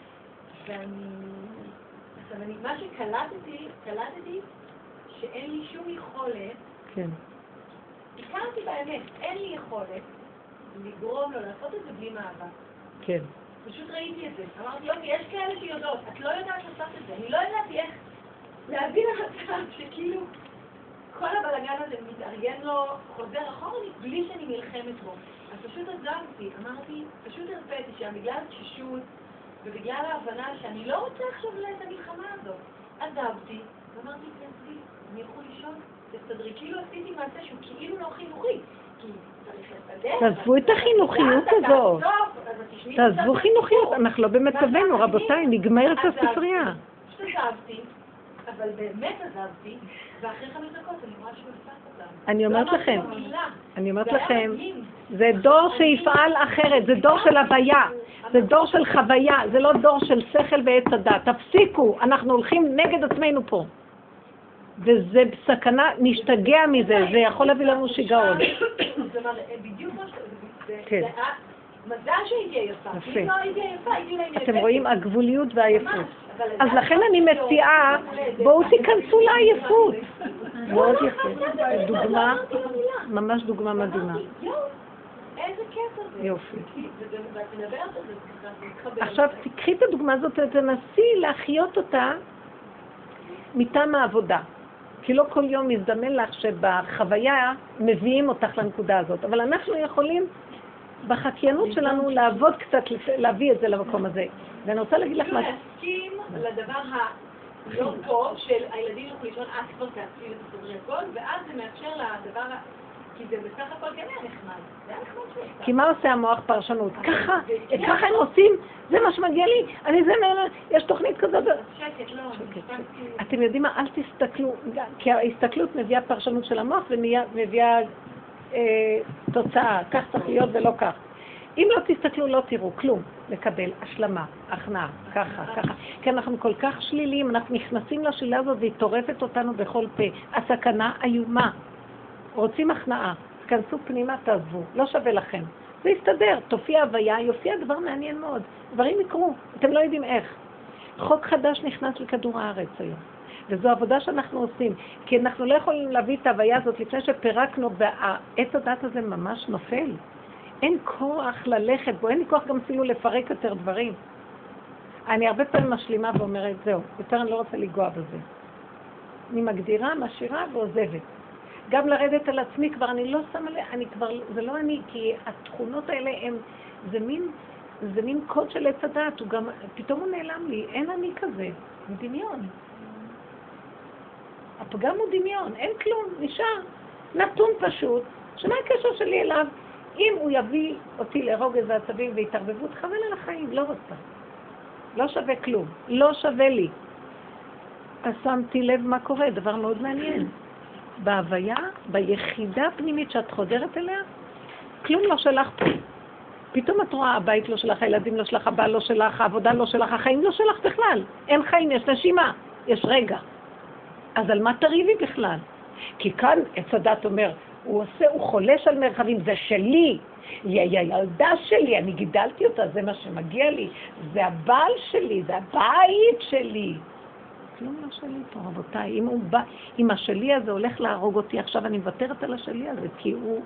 ואני, מה שקלטתי שאין לי שום יכולת, הכרתי באמת, אין לי יכולת לגרום לו לעשות את זה בלי מאבק. כן. פשוט ראיתי את זה, אמרתי, אוקיי, יש כאלה שיודעות, את לא יודעת לעשות את זה, אני לא ידעתי איך להבין למצב שכאילו, כל הבלגן הזה מתארגן לו, חוזר אחורנית בלי שאני נלחמת בו. אז פשוט עזבתי, אמרתי, פשוט הרפאתי שבגלל התשישות ובגלל ההבנה שאני לא רוצה עכשיו את המלחמה הזאת. עזבתי, ואמרתי, תנסי, אני יכול לישון, תסתדרי, כאילו עשיתי מעשה שהוא כאילו לא חינוכי. תעזבו את החינוכיות הזאת. תעזבו חינוכיות, אנחנו לא במצבנו, רבותיי, נגמרת הספרייה. פשוט עזבתי. אבל באמת עזבתי, ואחרי 5 דקות אני רואה שהוא נפס אותם. אני אומרת לכם, זה דור שיפעל אחרת, זה דור של הוויה, זה דור של חוויה, זה לא דור של שכל ועץ הדת. תפסיקו, אנחנו הולכים נגד עצמנו פה. וזה סכנה, נשתגע מזה, זה יכול להביא לנו שיגעון. זאת אומרת, בדיוק מה מזל שהייתי עייפה. אם לא הייתי עייפה, הייתי אולי נאבקת. אתם רואים הגבוליות והעייפות. אז לכן אני מציעה, בואו תיכנסו לעייפות. מאוד יפה. דוגמה, ממש דוגמה מדהימה. איזה כיף הזה. יופי. ואת מדברת על זה, זה מתחבר. עכשיו תקחי את הדוגמה הזאת ותנסי להחיות אותה מטעם העבודה. כי לא כל יום מזדמן לך שבחוויה מביאים אותך לנקודה הזאת. אבל אנחנו יכולים בחקיינות שלנו לעבוד קצת, להביא את זה למקום הזה. ואני רוצה להגיד לך מה... להסכים לדבר הלא טוב של הילדים יוכלו לישון, את כבר תעשי ותסדרי הכל, ואז זה מאפשר לדבר כי זה בסך הכל כן היה נחמד. זה היה נחמד שהוא עושה. כי מה עושה המוח פרשנות? ככה הם עושים, זה מה שמגיע לי, יש תוכנית כזאת. שקט, לא. אתם יודעים מה? אל תסתכלו, כי ההסתכלות מביאה פרשנות של המוח ומביאה תוצאה, כך צריך להיות ולא כך. אם לא תסתכלו, לא תראו כלום, לקבל השלמה, הכנעה, ככה. כי אנחנו כל כך שליליים, אנחנו נכנסים לשלילה הזאת והיא טורפת אותנו בכל פה. הסכנה איומה. רוצים הכנעה, תכנסו פנימה, תעזבו, לא שווה לכם. זה יסתדר, תופיע הוויה, יופיע דבר מעניין מאוד. דברים יקרו, אתם לא יודעים איך. חוק חדש נכנס לכדור הארץ היום. וזו עבודה שאנחנו עושים, כי אנחנו לא יכולים להביא את ההוויה הזאת לפני שפירקנו, והעץ הדת הזה ממש נופל. אין כוח ללכת בו, אין לי כוח גם אפילו לפרק יותר דברים. אני הרבה פעמים משלימה ואומרת, זהו, יותר אני לא רוצה לגוע בזה. אני מגדירה, משאירה ועוזבת. גם לרדת על עצמי כבר, אני לא שמה לב, זה לא אני, כי התכונות האלה זה מין קוד של עץ הדת, הוא גם, פתאום הוא נעלם לי, אין אני כזה, הוא דמיון. הפגם הוא דמיון, אין כלום, נשאר נתון פשוט, שמה הקשר שלי אליו? אם הוא יביא אותי לרוגז ועצבים והתערבבות, חבל על החיים, לא רוצה. לא שווה כלום, לא שווה לי. אז שמתי לב מה קורה, דבר מאוד מעניין. בהוויה, ביחידה הפנימית שאת חודרת אליה, כלום לא שלך פה. פתאום את רואה, הבית לא שלך, הילדים לא שלך, הבעל לא שלך, העבודה לא שלך, החיים לא שלך בכלל. אין חיים, יש נשימה, יש רגע. אז על מה תריבי בכלל? כי כאן עץ הדת אומר, הוא חולש על מרחבים, זה שלי, היא הילדה שלי, אני גידלתי אותה, זה מה שמגיע לי, זה הבעל שלי, זה הבית שלי. כלום לא שלי פה, רבותיי. אם השלי הזה הולך להרוג אותי, עכשיו אני מוותרת על השלי הזה, כי הוא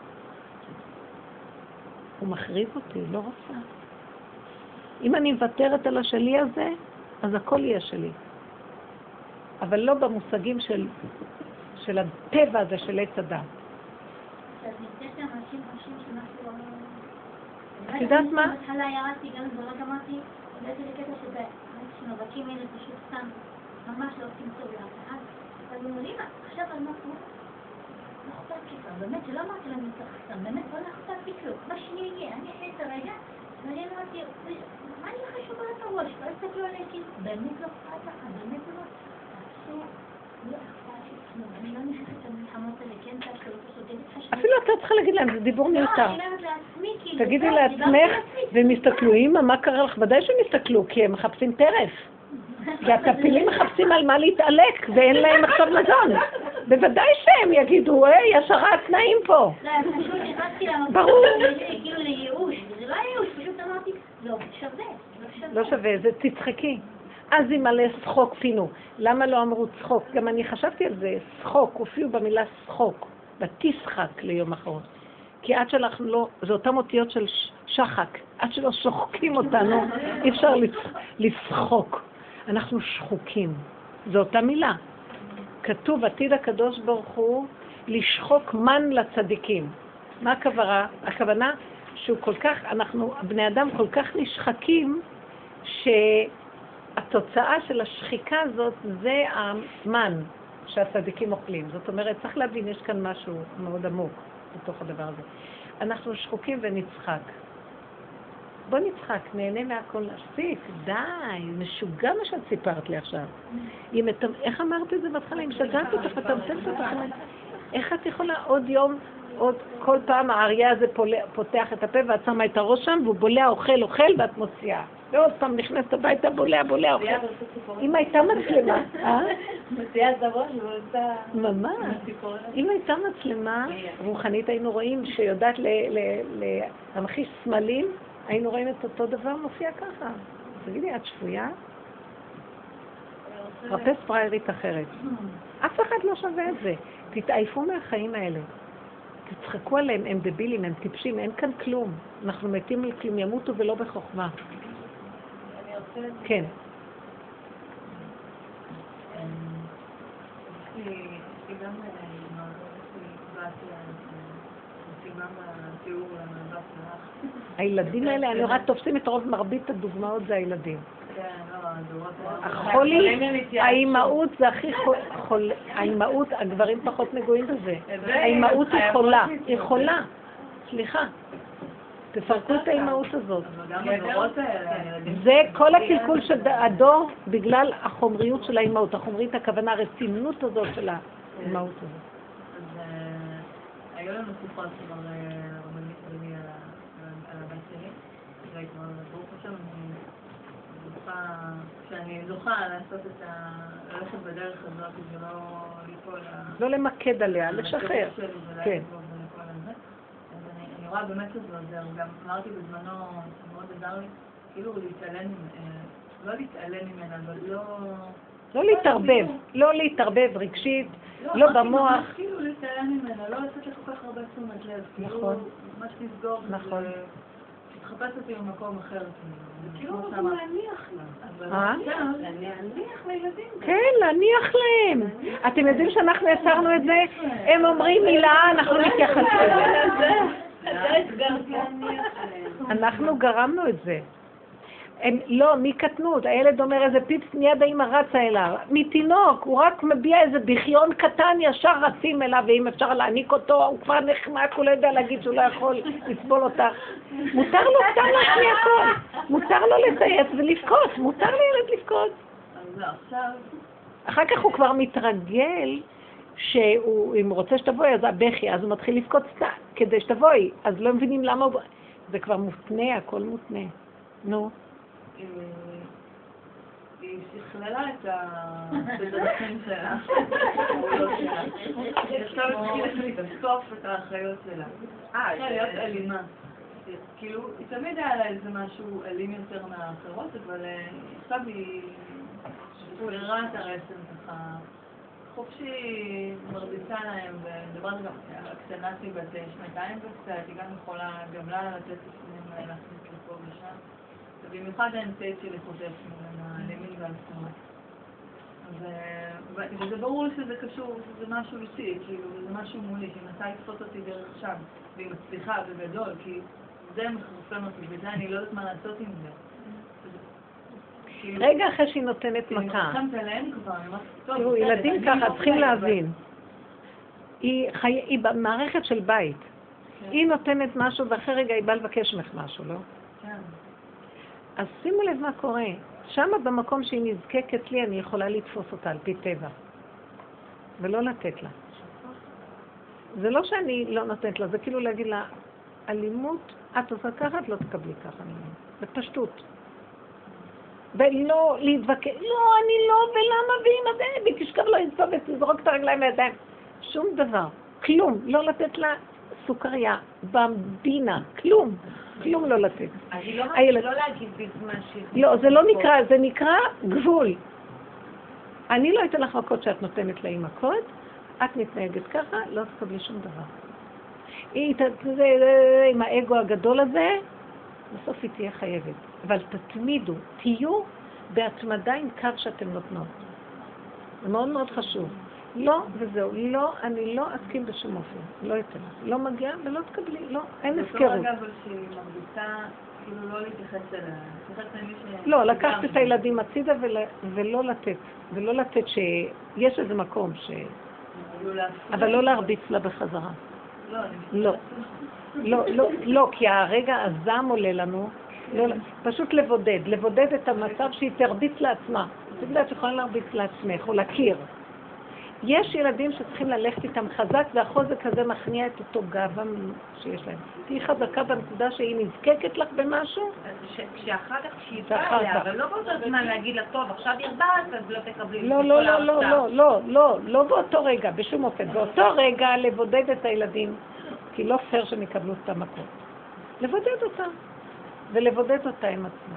מחריב אותי, לא רוצה. אם אני מוותרת על השלי הזה, אז הכל יהיה שלי. אבל לא במושגים של הטבע הזה של עץ הדת. אז נמצאת אנשים שמשהו... את יודעת מה? בהתחלה ירדתי, גם דברות אמרתי, הבאתי לקטע שנובקים אלה פשוט סתם. ממש לא עושים טוב לאף אחד. אז הוא אומר, אמא, עכשיו על מה כמו? לא אכפת לי כבר, באמת שלא אמרתי להם צריך סתם, באמת לא אכפת לי כלום. מה שאני אגיע, אני אחרי את הרגע, ואני אמרתי, מה אני חשובה את הראש? לא הסתכלו עליי כאילו, באמת לא אכפת לך, באמת לא אכפת לי, לא אכפת לי כלום. אני לא נכנסת למלחמות האלה, כן, תשאלו אותו סודגת חשוב. אפילו אתה צריכה להגיד להם, זה דיבור מיותר. לא, אני אומרת לעצמי, כאילו, תגידי לעצמך, והם יסתכלו, אמא, מה קרה לך? ודאי שהם יסתכלו, כי הם מחפשים טרף. כי הטפילים מחפשים על מה להתעלק, ואין להם עכשיו מזון. בוודאי שהם יגידו, יש הרעת תנאים פה. לא, פשוט נכנסתי למקום, ברור. כאילו לייאוש, וזה לא ייאוש, פשוט אמרתי, לא, שווה, לא שווה, זה תצחקי. אז אם עלי שחוק פינו. למה לא אמרו צחוק? גם אני חשבתי על זה, שחוק, הופיעו במילה שחוק, בתשחק ליום אחרון. כי עד שאנחנו לא, זה אותם אותיות של שחק, עד שלא שוחקים אותנו, אי אפשר לשחוק. אנחנו שחוקים. זו אותה מילה. כתוב, עתיד הקדוש ברוך הוא, לשחוק מן לצדיקים. מה הכוונה? הכוונה שהוא כל כך, אנחנו, בני אדם כל כך נשחקים, שהתוצאה של השחיקה הזאת זה המן שהצדיקים אוכלים. זאת אומרת, צריך להבין, יש כאן משהו מאוד עמוק בתוך הדבר הזה. אנחנו שחוקים ונצחק. בוא נצחק, נהנה מהכל, להפסיק, די, משוגע מה שאת סיפרת לי עכשיו. איך אמרת את זה בהתחלה? אם שגעת אותך, אתה מצלת אותך. איך את יכולה עוד יום, עוד כל פעם האריה הזה פותח את הפה ואת שמה את הראש שם, והוא בולע, אוכל, ואת מוציאה. ועוד פעם נכנסת הביתה, בולע, אוכל. אם הייתה מצלמה, מוציאה את הראש ועושה... ממש. אם הייתה מצלמה רוחנית, היינו רואים שיודעת להמחיש סמלים, היינו רואים את אותו דבר מופיע ככה. תגידי, את שפויה? רפס פריירית אחרת. אף אחד לא שווה את זה. תתעייפו מהחיים האלה. תצחקו עליהם, הם דבילים, הם טיפשים, אין כאן כלום. אנחנו מתים לכלום, ימותו ולא בחוכמה. כן. גם התיאור למאבק שלך. הילדים האלה, אני רואה תופסים את רוב מרבית הדוגמאות זה הילדים. כן, לא, הדורות... החולי, האימהות זה הכי חולה, האימהות, הגברים פחות נגועים בזה. האימהות היא חולה, היא חולה. סליחה. תפרקו את האימהות הזאת. זה כל הקלקול של הדור בגלל החומריות של האימהות. החומרית הכוונה, הרצינות הזאת של האימהות הזאת. אז היו לנו שיחות כבר רבנית שלי על הבת שלי. זה כבר ברוך השם, שאני זוכה לעשות את ללכת בדרך הזאת ולא ליפול... לא למקד עליה, לשחרר. כן. אני רואה באמת את זה, גם אמרתי בזמנו, מאוד עזר לי, כאילו לא להתעלם ממנה, אבל לא... לא להתערבב, לא להתערבב רגשית, לא במוח. כאילו להתעלם ממנה, לא לתת לך כל כך הרבה תשומת לב, כאילו ממש לסגור, תחפש אותי במקום אחר. זה כאילו רוצים להניח לה. להניח לילדים. כן, להניח להם. אתם יודעים שאנחנו יצרנו את זה? הם אומרים מילה, אנחנו מתייחסים לזה. אנחנו גרמנו את זה. לא, מקטנות, הילד אומר איזה פיפס מיד האמא רצה אליו. מתינוק, הוא רק מביע איזה דחיון קטן, ישר רצים אליו, ואם אפשר להעניק אותו, הוא כבר נחמק, הוא לא יודע להגיד שהוא לא יכול לסבול אותך. מותר לו סתם להשמיע הכל. מותר לו לצייץ ולבכות, מותר לילד לבכות. אחר כך הוא כבר מתרגל, שאם הוא רוצה שתבואי, אז הבכי, אז הוא מתחיל לבכות סתם, כדי שתבואי, אז לא מבינים למה הוא... זה כבר מותנה, הכל מותנה. נו. היא שכללה את הדרכים שלה. היא עכשיו התחילה לתקוף את האחריות שלה. התחילה להיות אלימה. כאילו, היא תמיד היה לה איזה משהו אלים יותר מהאחרות, אבל עכשיו היא שפוררה את הרסן ככה. חופשי מרביצה להם, ודבר גם, הקטנה שלי בת 2 וקצת, היא גם יכולה גם לה לתת לפנים להכניס לפה ושם. ובמיוחד האמצעית שלי חושבת מהלימין והשמאל. וזה ברור שזה קשור, שזה משהו אישי, כאילו, זה משהו מולי, שהיא מנסה לתפוס אותי דרך שם, והיא מצליחה בגדול, כי זה מחרפן אותי, וזה אני לא יודעת מה לעשות עם זה. רגע אחרי שהיא נותנת מכה. תראו, ילדים ככה, צריכים להבין. היא במערכת של בית. היא נותנת משהו, ואחרי רגע היא באה לבקש ממך משהו, לא? כן. אז שימו לב מה קורה. שמה במקום שהיא נזקקת לי, אני יכולה לתפוס אותה על פי טבע. ולא לתת לה. זה לא שאני לא נותנת לה, זה כאילו להגיד לה, אלימות, את עושה ככה, את לא תקבלי ככה. בפשטות. ולא להתווכח, לא, אני לא, ולמה, והיא תשכב לו אינסוף ותזרוק את הרגליים מהידיים. שום דבר, כלום, לא לתת לה סוכריה, במבינה, כלום, כלום לא לתת. אז היא לא להגיד בזמן שהיא... לא, זה לא נקרא, זה נקרא גבול. אני לא אתן לך מכות שאת נותנת לה עם מכות, את מתנהגת ככה, לא תקבלי שום דבר. עם האגו הגדול הזה, בסוף היא תהיה חייבת. אבל תתמידו, תהיו בהתמדה עם קו שאתם נותנות. זה מאוד מאוד חשוב. לא, וזהו, לא, אני לא אסכים בשום אופן. לא אתן. לא מגיע ולא תקבלי, לא, אין הזכרות. אותו רגע, אבל שהיא מרביצה, כאילו לא להתייחס אליה. לא, לקחת את הילדים הצידה ולא לתת. ולא לתת שיש איזה מקום ש... אבל לא להרביץ לה בחזרה. לא. לא, כי הרגע הזעם עולה לנו, פשוט לבודד את המצב שהיא תרביץ לעצמה. את יודעת שיכולה להרביץ לעצמך או להכיר. יש ילדים שצריכים ללכת איתם חזק, והחוזק הזה מכניע את אותו גאווה שיש להם. תהי חזקה בנקודה שהיא נזקקת לך במשהו. כשאחר כך כשהיא באה אליה, אבל לא באותו זמן להגיד לה, טוב, עכשיו ירבעת, אז לא תקבלי. לא באותו רגע, בשום אופן. באותו רגע לבודד את הילדים, כי לא פייר שהם יקבלו את המקום. לבודד אותם. ולבודד אותה עם עצמה.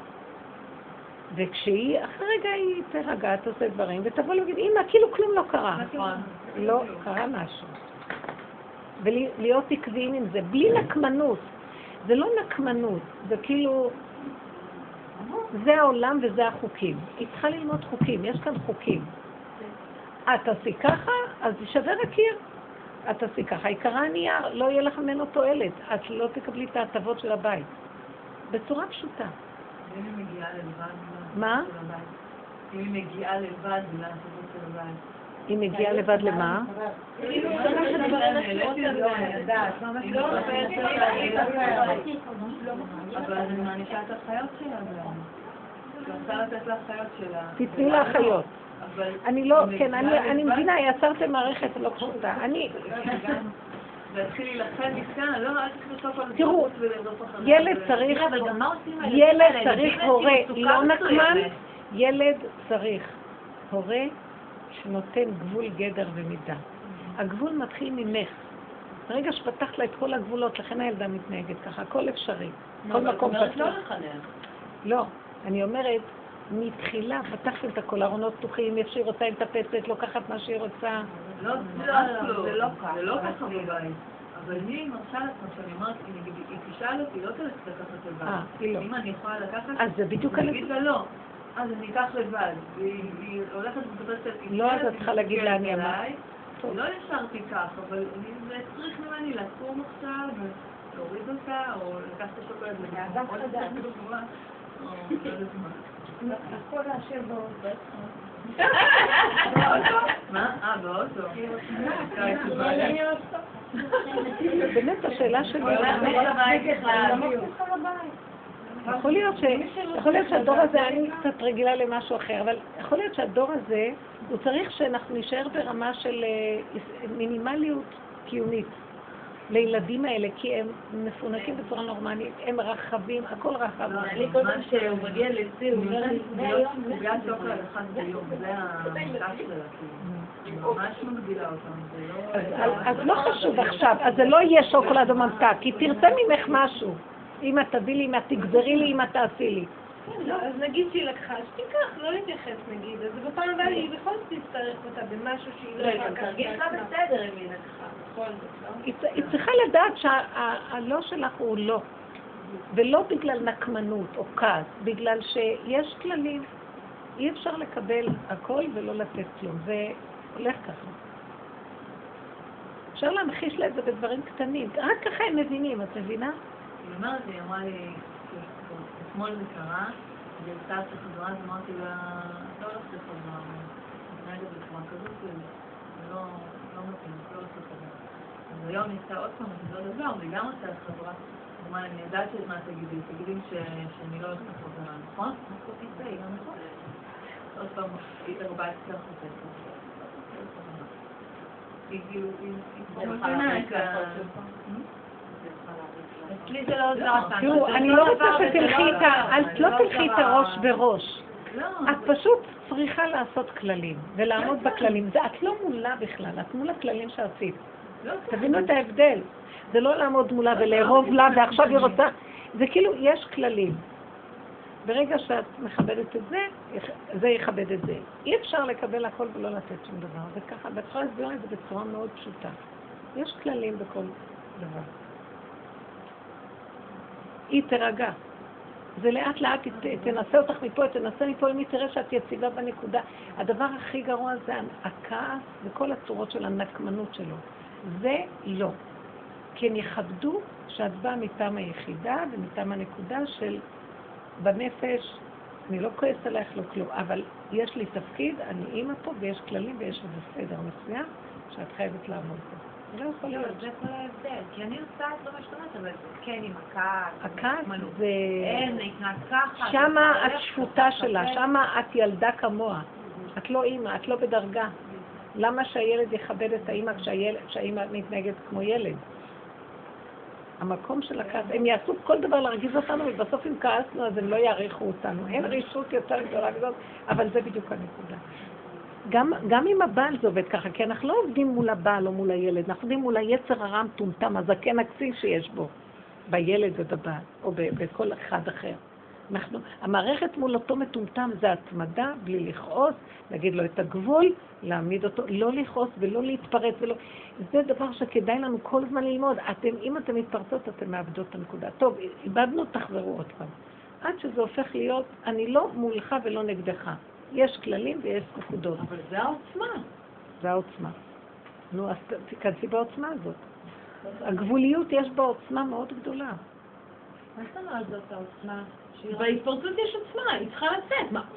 וכשהיא, אחרי רגע היא תרגע, תעשה דברים, ותבוא להגיד, אמא, כאילו כלום לא קרה. לא קרה משהו. ולהיות עקביים עם זה, בלי נקמנות. זה לא נקמנות, זה כאילו, זה העולם וזה החוקים. היא צריכה ללמוד חוקים, יש כאן חוקים. את תעשי ככה, אז שווה הקיר. את תעשי ככה, עיקרה הנייר, לא יהיה לך ממנו תועלת. את לא תקבלי את ההטבות של הבית. בצורה פשוטה. אם היא מגיעה לבד, מה? אם היא מגיעה לבד, בגלל ההטבות של הבית. היא מגיעה לבד למה? אבל אני מענישה את החיות שלה. אני רוצה לתת לחיות שלה. תתני לה חיות. אני לא, כן, אני מבינה, יצרתם מערכת לא פשוטה. להתחיל להילחם מכאן, לא, אל תכנסו כל תראו, ילד צריך הורה, לא נקמן, ילד צריך הורה שנותן גבול, גדר ומידה. הגבול מתחיל ממך. ברגע שפתחת לה את כל הגבולות, לכן הילדה מתנהגת ככה, הכל אפשרי. כל מקום פתוח. לא, אני אומרת, מתחילה, פתחת את הכל, ארונות פתוחים, איפה שהיא רוצה עם טפטת, לוקחת מה שהיא רוצה. לא, זה לא ככה בבית. אבל היא מרשה לעצמה שאני אומרת, היא תשאל אותי, לא תלך לקחת לבד. אם אני יכולה לקחת, אז זה בדיוק אני אגיד לה לא. אז אני אקח לבד. והיא הולכת ומקבלת את זה. לא, אז את צריכה להגיד לה אני אמרת. לא ישרתי כך, אבל זה צריך ממני לקום עכשיו, להוריד אותה, או לקחת את השוקולד לגמרי. או אפילו כמובן. הכל להשאיר באוטו. מה? באוטו. באמת השאלה שלי, יכול להיות שהדור הזה, אני קצת רגילה למשהו אחר, אבל יכול להיות שהדור הזה, הוא צריך שאנחנו נשאר ברמה של מינימליות קיומית לילדים האלה, כי הם מפונקים בצורה נורמלית, הם רחבים, הכל רחב. אני כל מה שהוא מגיע לצי, הוא אומר לי, קוביית שוקולד אחד ביום, זה המתח שלה, היא ממש מגדילה אותם. אז לא חשוב עכשיו, אז זה לא יהיה שוקולד או ממתק, כי תרצה ממך משהו. אם את תביא לי, אם את תגזרי לי, אם את תעשי לי. לא, אז נגיד שהיא לקחה, שתיקח, לא להתייחס נגיד, אז בפעם הבאה היא בכל זאת תצטרך אותה במשהו שהיא לא יכולה לקחת. תרגיש לך בסדר אם היא לקחה, בכל זאת, לא? היא צריכה לדעת שהלא שלך הוא לא, ולא בגלל נקמנות או כעס, בגלל שיש כללים, אי אפשר לקבל הכל ולא לתת כלום, זה הולך ככה. אפשר להמחיש לה את זה בדברים קטנים, רק ככה הם מבינים, את מבינה? היא אומרת לי, אמרה לי, אתמול זה קרה, והיא עשתה חזרה, אז אמרתי לה, לא הולכת לחזרה, מתנהגת בצורה כזאת, זה לא מתאים, לא הולכת לחזרה. אז היום היא עשתה עוד פעם, זה לא דבר, והיא גם עשתה חזרה. היא אמרה, אני יודעת מה תגידי שאני לא הולכת לחזרה, נכון? היא גם נכון. עוד פעם, היא הרבעת ככה חוצת. היא כאילו, היא מבינה את ה... תראו, אני לא רוצה לא תלכי את הראש בראש. את פשוט צריכה לעשות כללים ולעמוד בכללים. את לא מולה בכלל, את מול הכללים שעשית. תבינו את ההבדל. זה לא לעמוד מולה ולערוב לה ועכשיו היא רוצה. זה כאילו, יש כללים. ברגע שאת מכבדת את זה, זה יכבד את זה. אי אפשר לקבל הכל ולא לתת שום דבר. וככה, בצורה הסבירה זה בצורה מאוד פשוטה. יש כללים בכל דבר. היא תרגע. זה לאט לאט תנסה אותך מפה, תנסה מפה, אם היא תראה שאת יציבה בנקודה. הדבר הכי גרוע זה הכעס וכל הצורות של הנקמנות שלו. זה לא. כי הם יכבדו שאת באה מטעם היחידה ומטעם הנקודה של בנפש, אני לא כועס עלייך, לא כלום, אבל יש לי תפקיד, אני אימא פה ויש כללים ויש איזה סדר מסוים שאת חייבת לעמוד פה. לא יכול להיות. זה כל ההבדל, כי אני עושה את לא משתמש, אבל כן עם הכעס. הכעס זה... אין, התנהג ככה. שמה את שפוטה שלה, שמה את ילדה כמוה. את לא אימא, את לא בדרגה. למה שהילד יכבד את האימא כשהאימא מתנהגת כמו ילד? המקום של הכעס, הם יעשו כל דבר להרגיז אותנו, ובסוף אם כעסנו אז הם לא יעריכו אותנו. אין רישות יותר גדולה גדולה, אבל זה בדיוק הנקודה. גם עם הבעל זה עובד ככה, כי אנחנו לא עובדים מול הבעל או מול הילד, אנחנו עובדים מול היצר הרע המטומטם, הזקן הקצין שיש בו. בילד ובבת, או בכל אחד אחר. המערכת מול אותו מטומטם זה התמדה, בלי לכעוס, להגיד לו את הגבול, להעמיד אותו, לא לכעוס ולא להתפרץ ולא... זה דבר שכדאי לנו כל הזמן ללמוד. אם אתם מתפרצות, אתם מאבדות את הנקודה. טוב, איבדנו, תחזרו עוד פעם. עד שזה הופך להיות, אני לא מולך ולא נגדך. יש כללים ויש נקודות. אבל זה העוצמה. זה העוצמה. נו, אז תיכנסי בעוצמה הזאת. הגבוליות יש בה עוצמה מאוד גדולה. מה זאת אומרת זאת העוצמה? בהתפרצות יש עוצמה, היא צריכה לצאת. מה?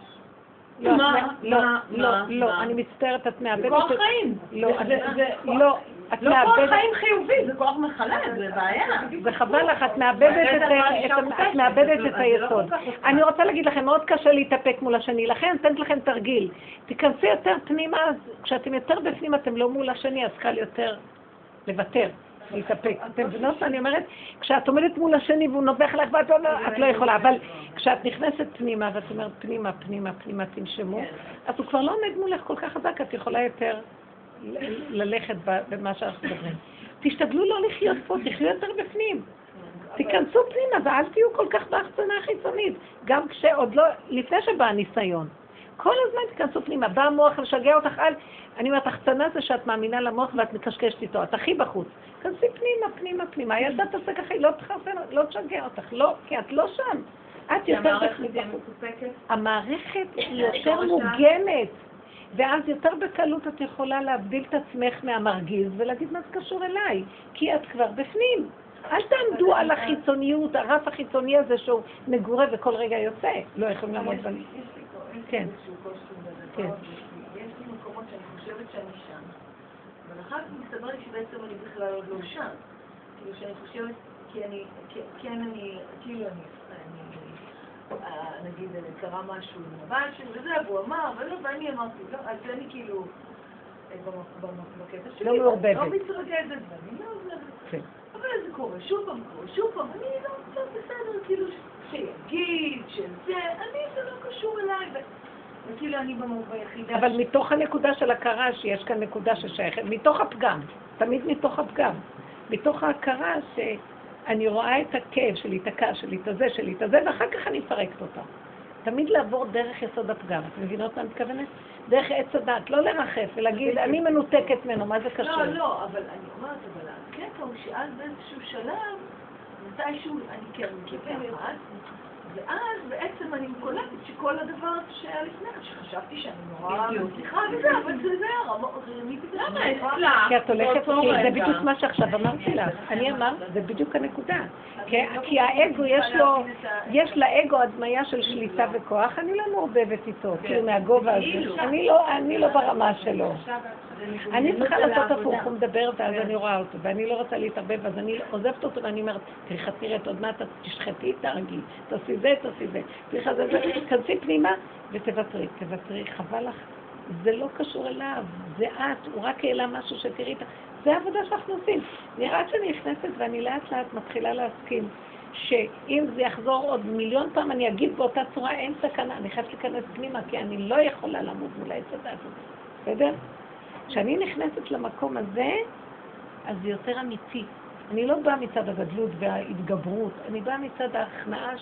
לא, אני מצטערת, את מאבדת... זה כוח חיים. לא, את לא כוח מאבדת... חיים חיובי, זה כוח מחלל, זה בעיה. זה חבל לך, את מאבדת את היסוד. אני רוצה להגיד לכם, מאוד קשה להתאפק מול השני, לכן נתנת לכם תרגיל. תיכנסי יותר פנימה, כשאתם יותר בפנים אתם לא מול השני, אז קל יותר לוותר. להתאפק. אתם מבינות מה אני אומרת? כשאת עומדת מול השני והוא נובח לך ואת לא יכולה, אבל כשאת נכנסת פנימה ואת אומרת פנימה, תנשמו, אז הוא כבר לא עומד מולך כל כך חזק, את יכולה יותר ללכת במה שאנחנו מדברים. תשתדלו לא לחיות פה, תחיו יותר בפנים. תיכנסו פנימה ואל תהיו כל כך בהחצנה החיצונית, גם כשעוד לא, לפני שבא הניסיון. כל הזמן תיכנסו פנימה, בא המוח לשגע אותך על, אני אומרת, החצנה זה שאת מאמינה למוח ואת מקשקשת איתו, את הכי בחוץ. כנסי פנימה, הילדה תעשה ככה, היא לא תשגע אותך, לא, כי את לא שם. את יותר מסופקת. המערכת היא יותר מוגנת, ואז יותר בקלות את יכולה להבדיל את עצמך מהמרגיז ולהגיד מה זה קשור אליי, כי את כבר בפנים. אל תעמדו על החיצוניות, הרף החיצוני הזה שהוא מגורה וכל רגע יוצא, לא יכולים לעמוד בני. כן. יש לי מקומות שאני חושבת שאני שם, אבל אחר כך מסתבר לי שבעצם אני בכלל עוד לא שם. כאילו שאני חושבת, כאילו נגיד, קרה משהו עם הבן שלי, וזה, והוא אמר, ואני אמרתי, לא, אז אני כאילו, בקטע שלי, לא מעורבבת. לא מתרגזת, ואני לא עוזרת. אבל זה קורה, שוב פעם, אני לא בסדר, כאילו, שיגיד, שזה, זה לא קשור אליי, וכאילו אני ביחידה. אבל מתוך הנקודה של הכרה, שיש כאן נקודה ששייכת, מתוך הפגם, תמיד מתוך הפגם, מתוך ההכרה שאני רואה את הכאב שלי, את הכעס שלי, את הזה, ואחר כך אני מפרקת אותה. תמיד לעבור דרך יסוד הפגם. אתם מבינות מה אני מתכוונת? דרך עץ הדת, לא לרחף ולהגיד, אני מנותקת ממנו, מה זה קשור? לא, אבל אני אומרת, אבל הקטע הוא שאז באיזשהו שלב, מתישהו אני כן מתלקחת, ואז בעצם אני קולטת שכל הדבר הזה שהיה לפני, שחשבתי שאני נורא מצליחה וזה, אבל זה למה אצלך? כי את הולכת, זה בדיוק מה שעכשיו אמרתי לך. אני אמרת, זה בדיוק הנקודה. כי האגו יש לאגו הדמיה של שליטה וכוח, אני לא מעורבבת איתו, כאילו מהגובה הזה. אני לא ברמה שלו. אני צריכה לעשות הפוך, הוא מדבר ואז אני רואה אותו, ואני לא רוצה להתערבב, אז אני עוזבת אותו ואני אומרת, תראה, עוד מעט תשחטי, תרגי, תעשי זה, כנסי פנימה ותוותרי, חבל לך, זה לא קשור אליו, זה את, הוא רק העלה משהו שתראי, זה העבודה שאנחנו עושים. נראה שאני נכנסת ואני לאט לאט מתחילה להסכים, שאם זה יחזור עוד מיליון פעם, אני אגיד באותה צורה, אין סכנה, אני חייבת להיכנס פנימה, כי אני לא יכולה לעמוד מול העץ הדת הזה, בסדר? כשאני נכנסת למקום הזה, אז זה יותר אמיתי. אני לא באה מצד הגדלות וההתגברות, אני באה מצד ההכנעה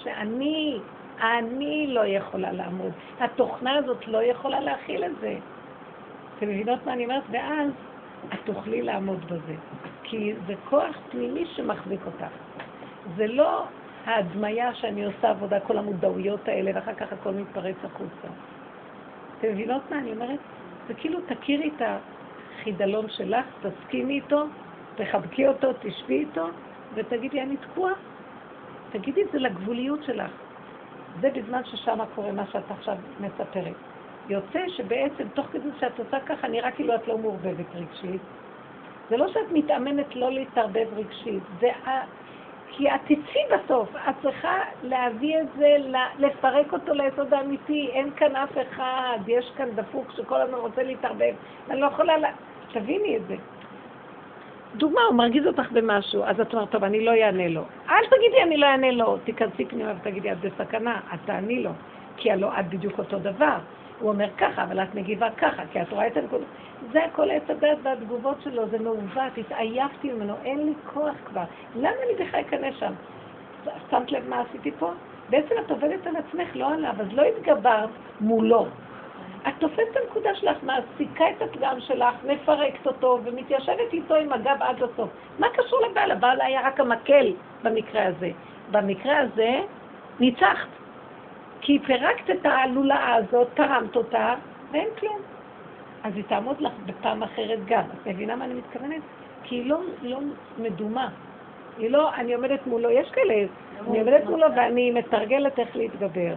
שאני לא יכולה לעמוד. התוכנה הזאת לא יכולה להכיל את זה. אתם מבינות מה אני אומרת? ואז את תוכלי לעמוד בזה. כי זה כוח פנימי שמחזיק אותך. זה לא ההדמיה שאני עושה עבודה, כל המודעויות האלה, ואחר כך הכל מתפרץ החוצה. אתם מבינות מה אני אומרת? זה כאילו תכירי את החידלון שלך, תסכימי איתו, תחבקי אותו, תשבי איתו, ותגידי, אני תקועה. תגידי את זה לגבוליות שלך. זה בזמן ששם קורה מה שאת עכשיו מספרת. יוצא שבעצם, תוך כדי שאת עושה ככה, נראה כאילו את לא מעורבבת רגשית. זה לא שאת מתאמנת לא להתערבב רגשית, זה כי את תצאי בסוף, את צריכה להביא את זה, לפרק אותו ליסוד האמיתי, אין כאן אף אחד, יש כאן דפוק שכל הזמן רוצה להתערבב, אני לא יכולה תביני את זה. דוגמה, הוא מרגיז אותך במשהו, אז את אומרת, טוב, אני לא אענה לו. אל תגידי, אני לא אענה לו, תיכנסי פנימה ותגידי, את בסכנה, את תעני לו, כי הלא את בדיוק אותו דבר. הוא אומר ככה, אבל את מגיבה ככה, כי את רואה את הנקודה. זה הכל עץ הדת והתגובות שלו, זה מעוות, התעייפתי ממנו, אין לי כוח כבר. למה אני בכלל אכנס שם? שמת לב מה עשיתי פה? בעצם את עובדת על עצמך, לא עליו, אז לא התגברת מולו. את תופסת את הנקודה שלך, מעסיקה את הפגם שלך, מפרקת אותו ומתיישבת איתו עם הגב עד הסוף. מה קשור לבעל? הבעל היה רק המקל במקרה הזה. במקרה הזה ניצחת. כי פירקת את העלולה הזאת, תרמת אותה, ואין כלום. אז היא תעמוד לך בפעם אחרת גם. את מבינה מה אני מתכוונת? כי היא לא מדומה. היא לא, אני עומדת מולו, יש כאלה, אני עומדת מולו ואני מתרגלת איך להתגבר.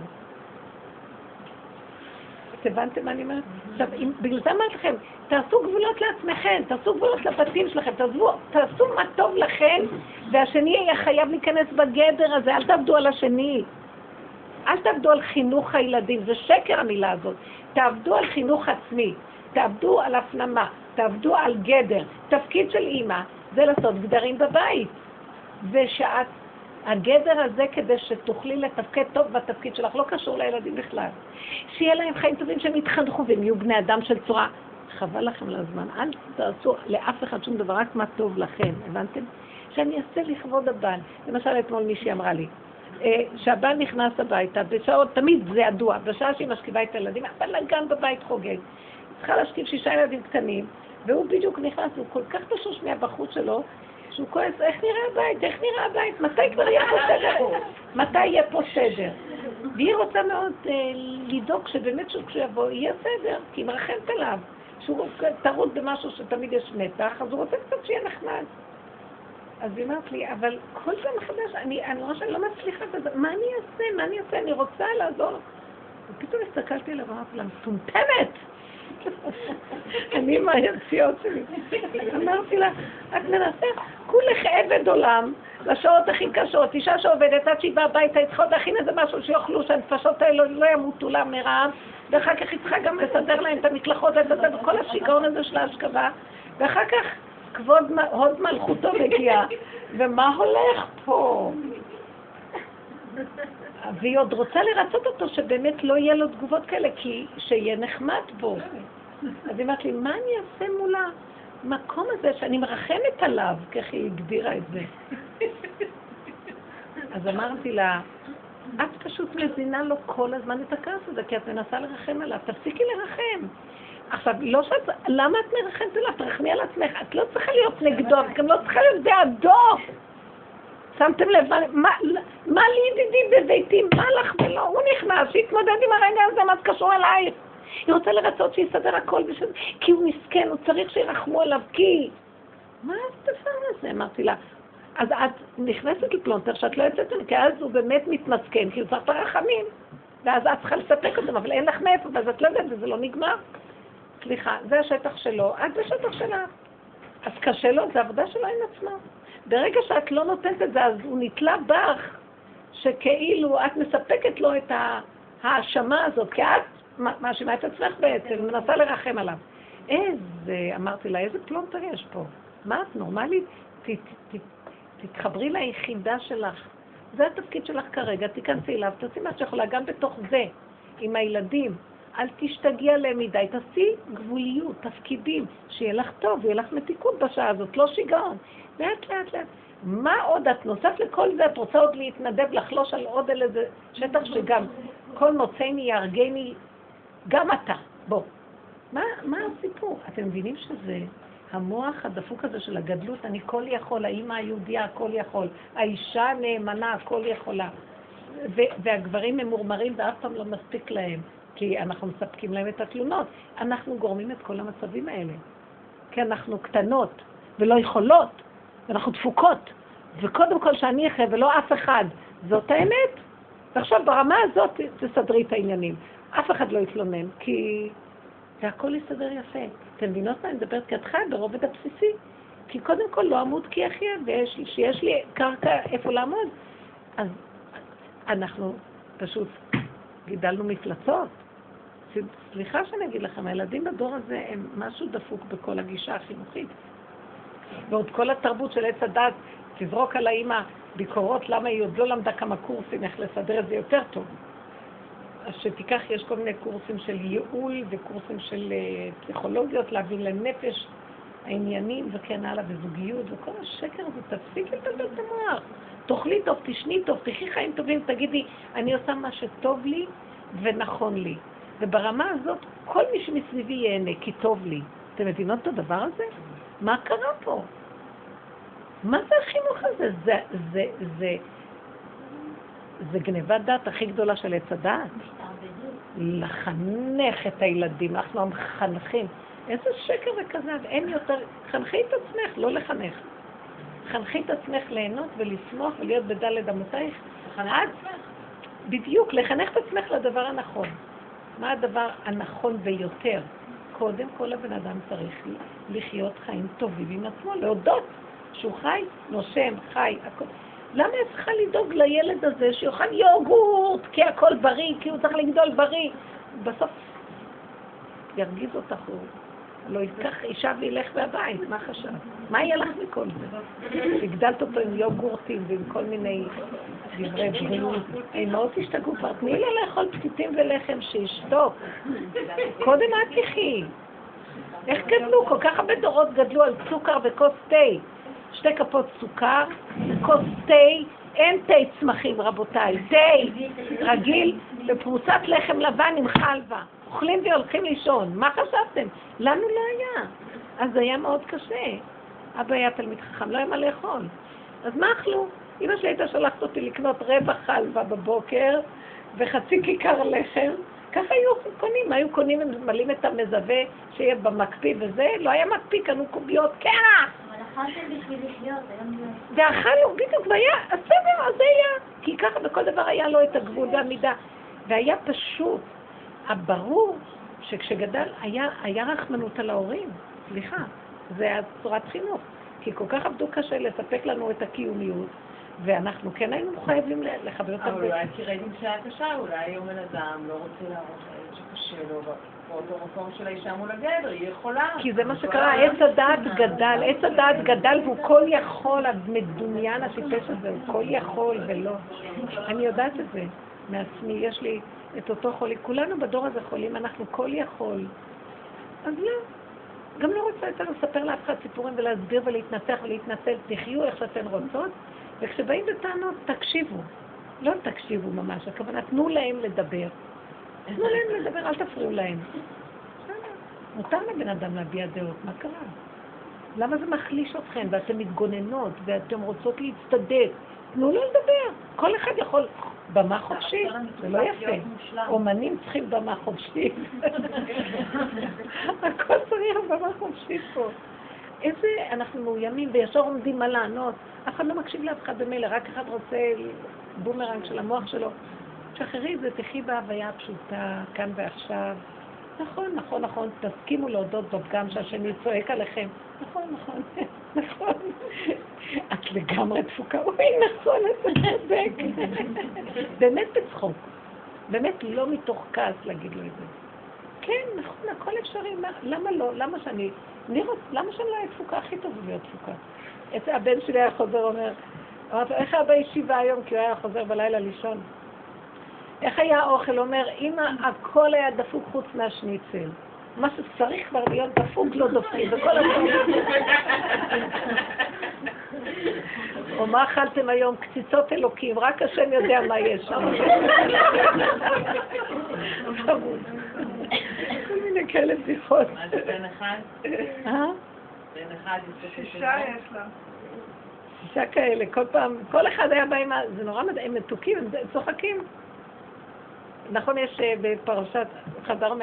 הבנתם מה אני אומרת? עכשיו, בגלל זה אמרת לכם, תעשו גבולות לעצמכם, תעשו גבולות לבתים שלכם, תעשו מה טוב לכם, והשני יהיה חייב להיכנס בגדר הזה, אל תעבדו על השני. אל תעבדו על חינוך הילדים, זה שקר המילה הזאת. תעבדו על חינוך עצמי, תעבדו על הפנמה, תעבדו על גדר. תפקיד של אימא זה לעשות גדרים בבית. ושאת, הגדר הזה כדי שתוכלי לתפקד טוב בתפקיד שלך, לא קשור לילדים בכלל. שיהיה להם חיים טובים שהם יתחנכו והם יהיו בני אדם של צורה. חבל לכם לזמן, אל תעשו לאף אחד שום דבר, רק מה טוב לכם, הבנתם? שאני אעשה לכבוד הבן. למשל אתמול מישהי אמרה לי, שהבן נכנס הביתה, בשעות, תמיד זה ידוע, בשעה שהיא משכיבה את הילדים, הבלגן בבית חוגג. צריכה להשכיב 6 ילדים קטנים, והוא בדיוק נכנס, הוא כל כך תשוש מהבחוץ שלו, שהוא כועס, איך נראה הבית? איך נראה הבית? מתי כבר יהיה פה סדר? מתי יהיה פה סדר? והיא רוצה מאוד לדאוג שבאמת כשהוא יבוא יהיה סדר, כי היא מרחמת עליו, שהוא תרות במשהו שתמיד יש מתח, אז הוא רוצה קצת שיהיה נחמד. אז היא אמרת לי, אבל כל פעם מחדש, אני רואה שאני לא מצליחה בזה, מה אני אעשה? מה אני אעשה? אני רוצה לעזור. ופתאום הסתכלתי עליו ואמרתי לה, מטומטמת! אני מה היציאות שלי. אמרתי לה, את מנסה, כולך עבד עולם, לשעות הכי קשות, אישה שעובדת עד שהיא באה הביתה, היא צריכה להכין איזה משהו שיוכלו, שהנפשות האלו לא ימותו לה מרעב, ואחר כך היא צריכה גם לסדר להם את המקלחות, וכל השיגעון הזה של ההשכבה, ואחר כך כבוד הוד מלכותו מגיע, ומה הולך פה? והיא עוד רוצה לרצות אותו שבאמת לא יהיה לו תגובות כאלה, כי שיהיה נחמד בו. אז היא אמרת לי, מה אני אעשה מול המקום הזה שאני מרחמת עליו, כך היא הגדירה את זה. אז אמרתי לה, את פשוט מזינה לו כל הזמן את הכעס הזה, כי את מנסה לרחם עליו, תפסיקי לרחם. עכשיו, לא שאת, למה את מרחמת עליו? תרחמי על עצמך, את לא צריכה להיות נגדו, את גם לא צריכה להיות בעדו. שמתם לב, מה לי ידידי בביתי, מה לך ולא? הוא נכנס, שיתמודד עם הרגע הזה, מה זה קשור אלייך? היא רוצה לרצות שיסדר הכל, כי הוא מסכן, הוא צריך שירחמו עליו, כי... מה הדבר הזה? אמרתי לה, אז את נכנסת לפלונטר שאת לא יוצאת, כי אז הוא באמת מתמסכן, כי הוא צריך את הרחמים, ואז את צריכה לספק אותם, אבל אין לך מאיפה, ואז את לא יודעת, וזה לא נגמר. סליחה, זה השטח שלו, את בשטח שלה. אז קשה לו, זה עבודה שלו עם עצמו. ברגע שאת לא נותנת את זה, אז הוא נתלה בך, שכאילו את מספקת לו את האשמה הזאת, כי את מאשימה את עצמך בעצם, מנסה לרחם עליו. אמרתי לה, איזה פלונטר יש פה? מה את נורמלית? תתחברי ליחידה שלך. זה התפקיד שלך כרגע, תיכנסי אליו, תעשי מה שיכולה, גם בתוך זה, עם הילדים. אל תשתגיע להם מדי, תעשי גבוליות, תפקידים, שיהיה לך טוב, יהיה לך מתיקות בשעה הזאת, לא שיגעון. לאט לאט לאט. מה עוד את נוסף לכל זה, את רוצה עוד להתנדב, לחלוש על עוד על איזה שטח שגם כל מוצאיני יהרגני, גם אתה, בוא. מה הסיפור? אתם מבינים שזה המוח הדפוק הזה של הגדלות, אני כל יכול, האמא היהודיה הכל יכול, האישה נאמנה הכל יכולה, והגברים ממורמרים ואף פעם לא מספיק להם. כי אנחנו מספקים להם את התלונות. אנחנו גורמים את כל המצבים האלה. כי אנחנו קטנות ולא יכולות, ואנחנו דפוקות. וקודם כל שאני אחרי ולא אף אחד. זאת האמת. ועכשיו ברמה הזאת תסדרי את העניינים. אף אחד לא יתלונן, כי זה הכל יסדר יפה. אתם מבינות מה אני מדברת? כי את חיה ברובד הבסיסי. כי קודם כל לא עמוד כי אחיה, ושיש לי קרקע איפה לעמוד. אז אנחנו פשוט גידלנו מפלצות. סליחה שאני אגיד לכם, הילדים בדור הזה הם משהו דפוק בכל הגישה החינוכית. ועוד כל התרבות של עץ הדת, תזרוק על האמא ביקורות למה היא עוד לא למדה כמה קורסים איך לסדר את זה יותר טוב. שתיקח, יש כל מיני קורסים של ייעול וקורסים של פסיכולוגיות, להבין לנפש העניינים וכן הלאה, וזוגיות וכל השקר הזה, תפסיק לבלבל את המוח. תאכלי טוב, תשני טוב, תחי חיים טובים, תגידי, אני עושה מה שטוב לי ונכון לי. וברמה הזאת, כל מי שמסביבי ייהנה, כי טוב לי. אתם מבינות את הדבר הזה? מה קרה פה? מה זה החינוך הזה? זה גניבת דעת הכי גדולה של עץ הדעת. לחנך את הילדים, אנחנו המחנכים. איזה שקר וכזב, אין יותר, חנכי את עצמך, לא לחנך. חנכי את עצמך ליהנות ולשמוח ולהיות בדלת אמותייך. בדיוק, לחנך את עצמך לדבר הנכון. מה הדבר הנכון ביותר? קודם כל הבן אדם צריך לחיות חיים טובים עם עצמו, להודות שהוא חי, נושם, חי, הכל. למה היא צריכה לדאוג לילד הזה שיוכל יוגורט, כי הכל בריא, כי הוא צריך לגדול בריא? בסוף ירגיז אותך, הוא לא ייקח אישה וילך מהבית, מה חשב? מה יהיה לך מכל זה? הגדלת אותו עם יוגורטים ועם כל מיני דברי בריאות. האמהות השתגעו כבר, תני לה לאכול פתיתים ולחם שישתוק. קודם את תחי. איך גדלו? כל כך הרבה דורות גדלו על סוכר וכוס תה. 2 כפות סוכר, כוס תה, אין תה צמחים רבותיי, תה רגיל ופרוסת לחם לבן עם חלבה. אוכלים והולכים לישון. מה חשבתם? לנו לא היה. אז זה היה מאוד קשה. אבא היה תלמיד חכם, לא היה מה לאכול. אז מה אכלו? אמא שלי הייתה שולחת אותי לקנות רבע חלבה בבוקר וחצי כיכר לחם. ככה היו קונים, הם מלאים את המזווה שיהיה במקפיא וזה. לא היה מקפיא, קנו קוביות קרח. אכלתם בשביל לחיות, היום זה... ואכלנו, בדיוק, והיה, הסדר הזה היה, כי ככה בכל דבר היה לו את הגבול והמידה. והיה פשוט, הברור שכשגדל היה רחמנות על ההורים, סליחה, זה היה צורת חינוך, כי כל כך עבדו קשה לספק לנו את הקיומיות, ואנחנו כן היינו חייבים לחבר אותם. אבל אולי כי ראיתם שהיה קשה, אולי היום בן אדם לא רוצה להראות שקשה לו, באותו מקום של האישה מול הגבר, היא יכולה. כי זה מה שקרה, עץ הדעת גדל והוא כל יכול, המדומיין הטיפש הזה, הוא כל יכול ולא. אני יודעת את זה מעצמי, יש לי את אותו חולי, כולנו בדור הזה חולים, אנחנו כל יכול. אז לא, גם לא רוצה יותר לספר לאף אחד סיפורים ולהסביר ולהתנצח ולהתנצל, תחיו איך שאתן רוצות, וכשבאים בטענות תקשיבו, לא תקשיבו ממש, הכוונה תנו להם לדבר. תנו להם לדבר, אל תפריעו להם. מותר לבן אדם להביע דעות, מה קרה? למה זה מחליש אתכם ואתם מתגוננות ואתם רוצות להצטדק? תנו לו לדבר. כל אחד יכול במה חופשית, זה לא יפה. אומנים צריכים במה חופשית. הכל צריך במה חופשית פה. איזה אנחנו מאוימים וישר עומדים מה לענות. אף אחד לא מקשיב לאף אחד במילא, רק אחד רוצה בומרנג של המוח שלו. שחררי זה, תחי בהוויה הפשוטה, כאן ועכשיו. נכון, תסכימו להודות בפגם שהשני צועק עליכם. נכון. את לגמרי דפוקה, אוי, נכון, אתה צודק. באמת בצחוק. באמת לא מתוך כעס להגיד לו את זה. כן, נכון, הכל אפשרי. למה לא? למה שאני לא אהיה דפוקה? הכי טוב להיות דפוקה. הבן שלי היה חוזר, אמרתי, איך היה בישיבה היום? כי הוא היה חוזר בלילה לישון. איך היה האוכל? אומר, אמא, הכל היה דפוק חוץ מהשניצל. מה שצריך כבר להיות דפוק לא דופקים, וכל הזמן. או מה אכלתם היום? קציצות אלוקים, רק השם יודע מה יש שם. כל מיני כאלה בדיחות. מה זה בן אחד? בן אחד יש 6 יש לה. 6 כאלה, כל פעם, כל אחד היה בהם, זה נורא מדהים, הם מתוקים, הם צוחקים. נכון, יש בפרשת חדר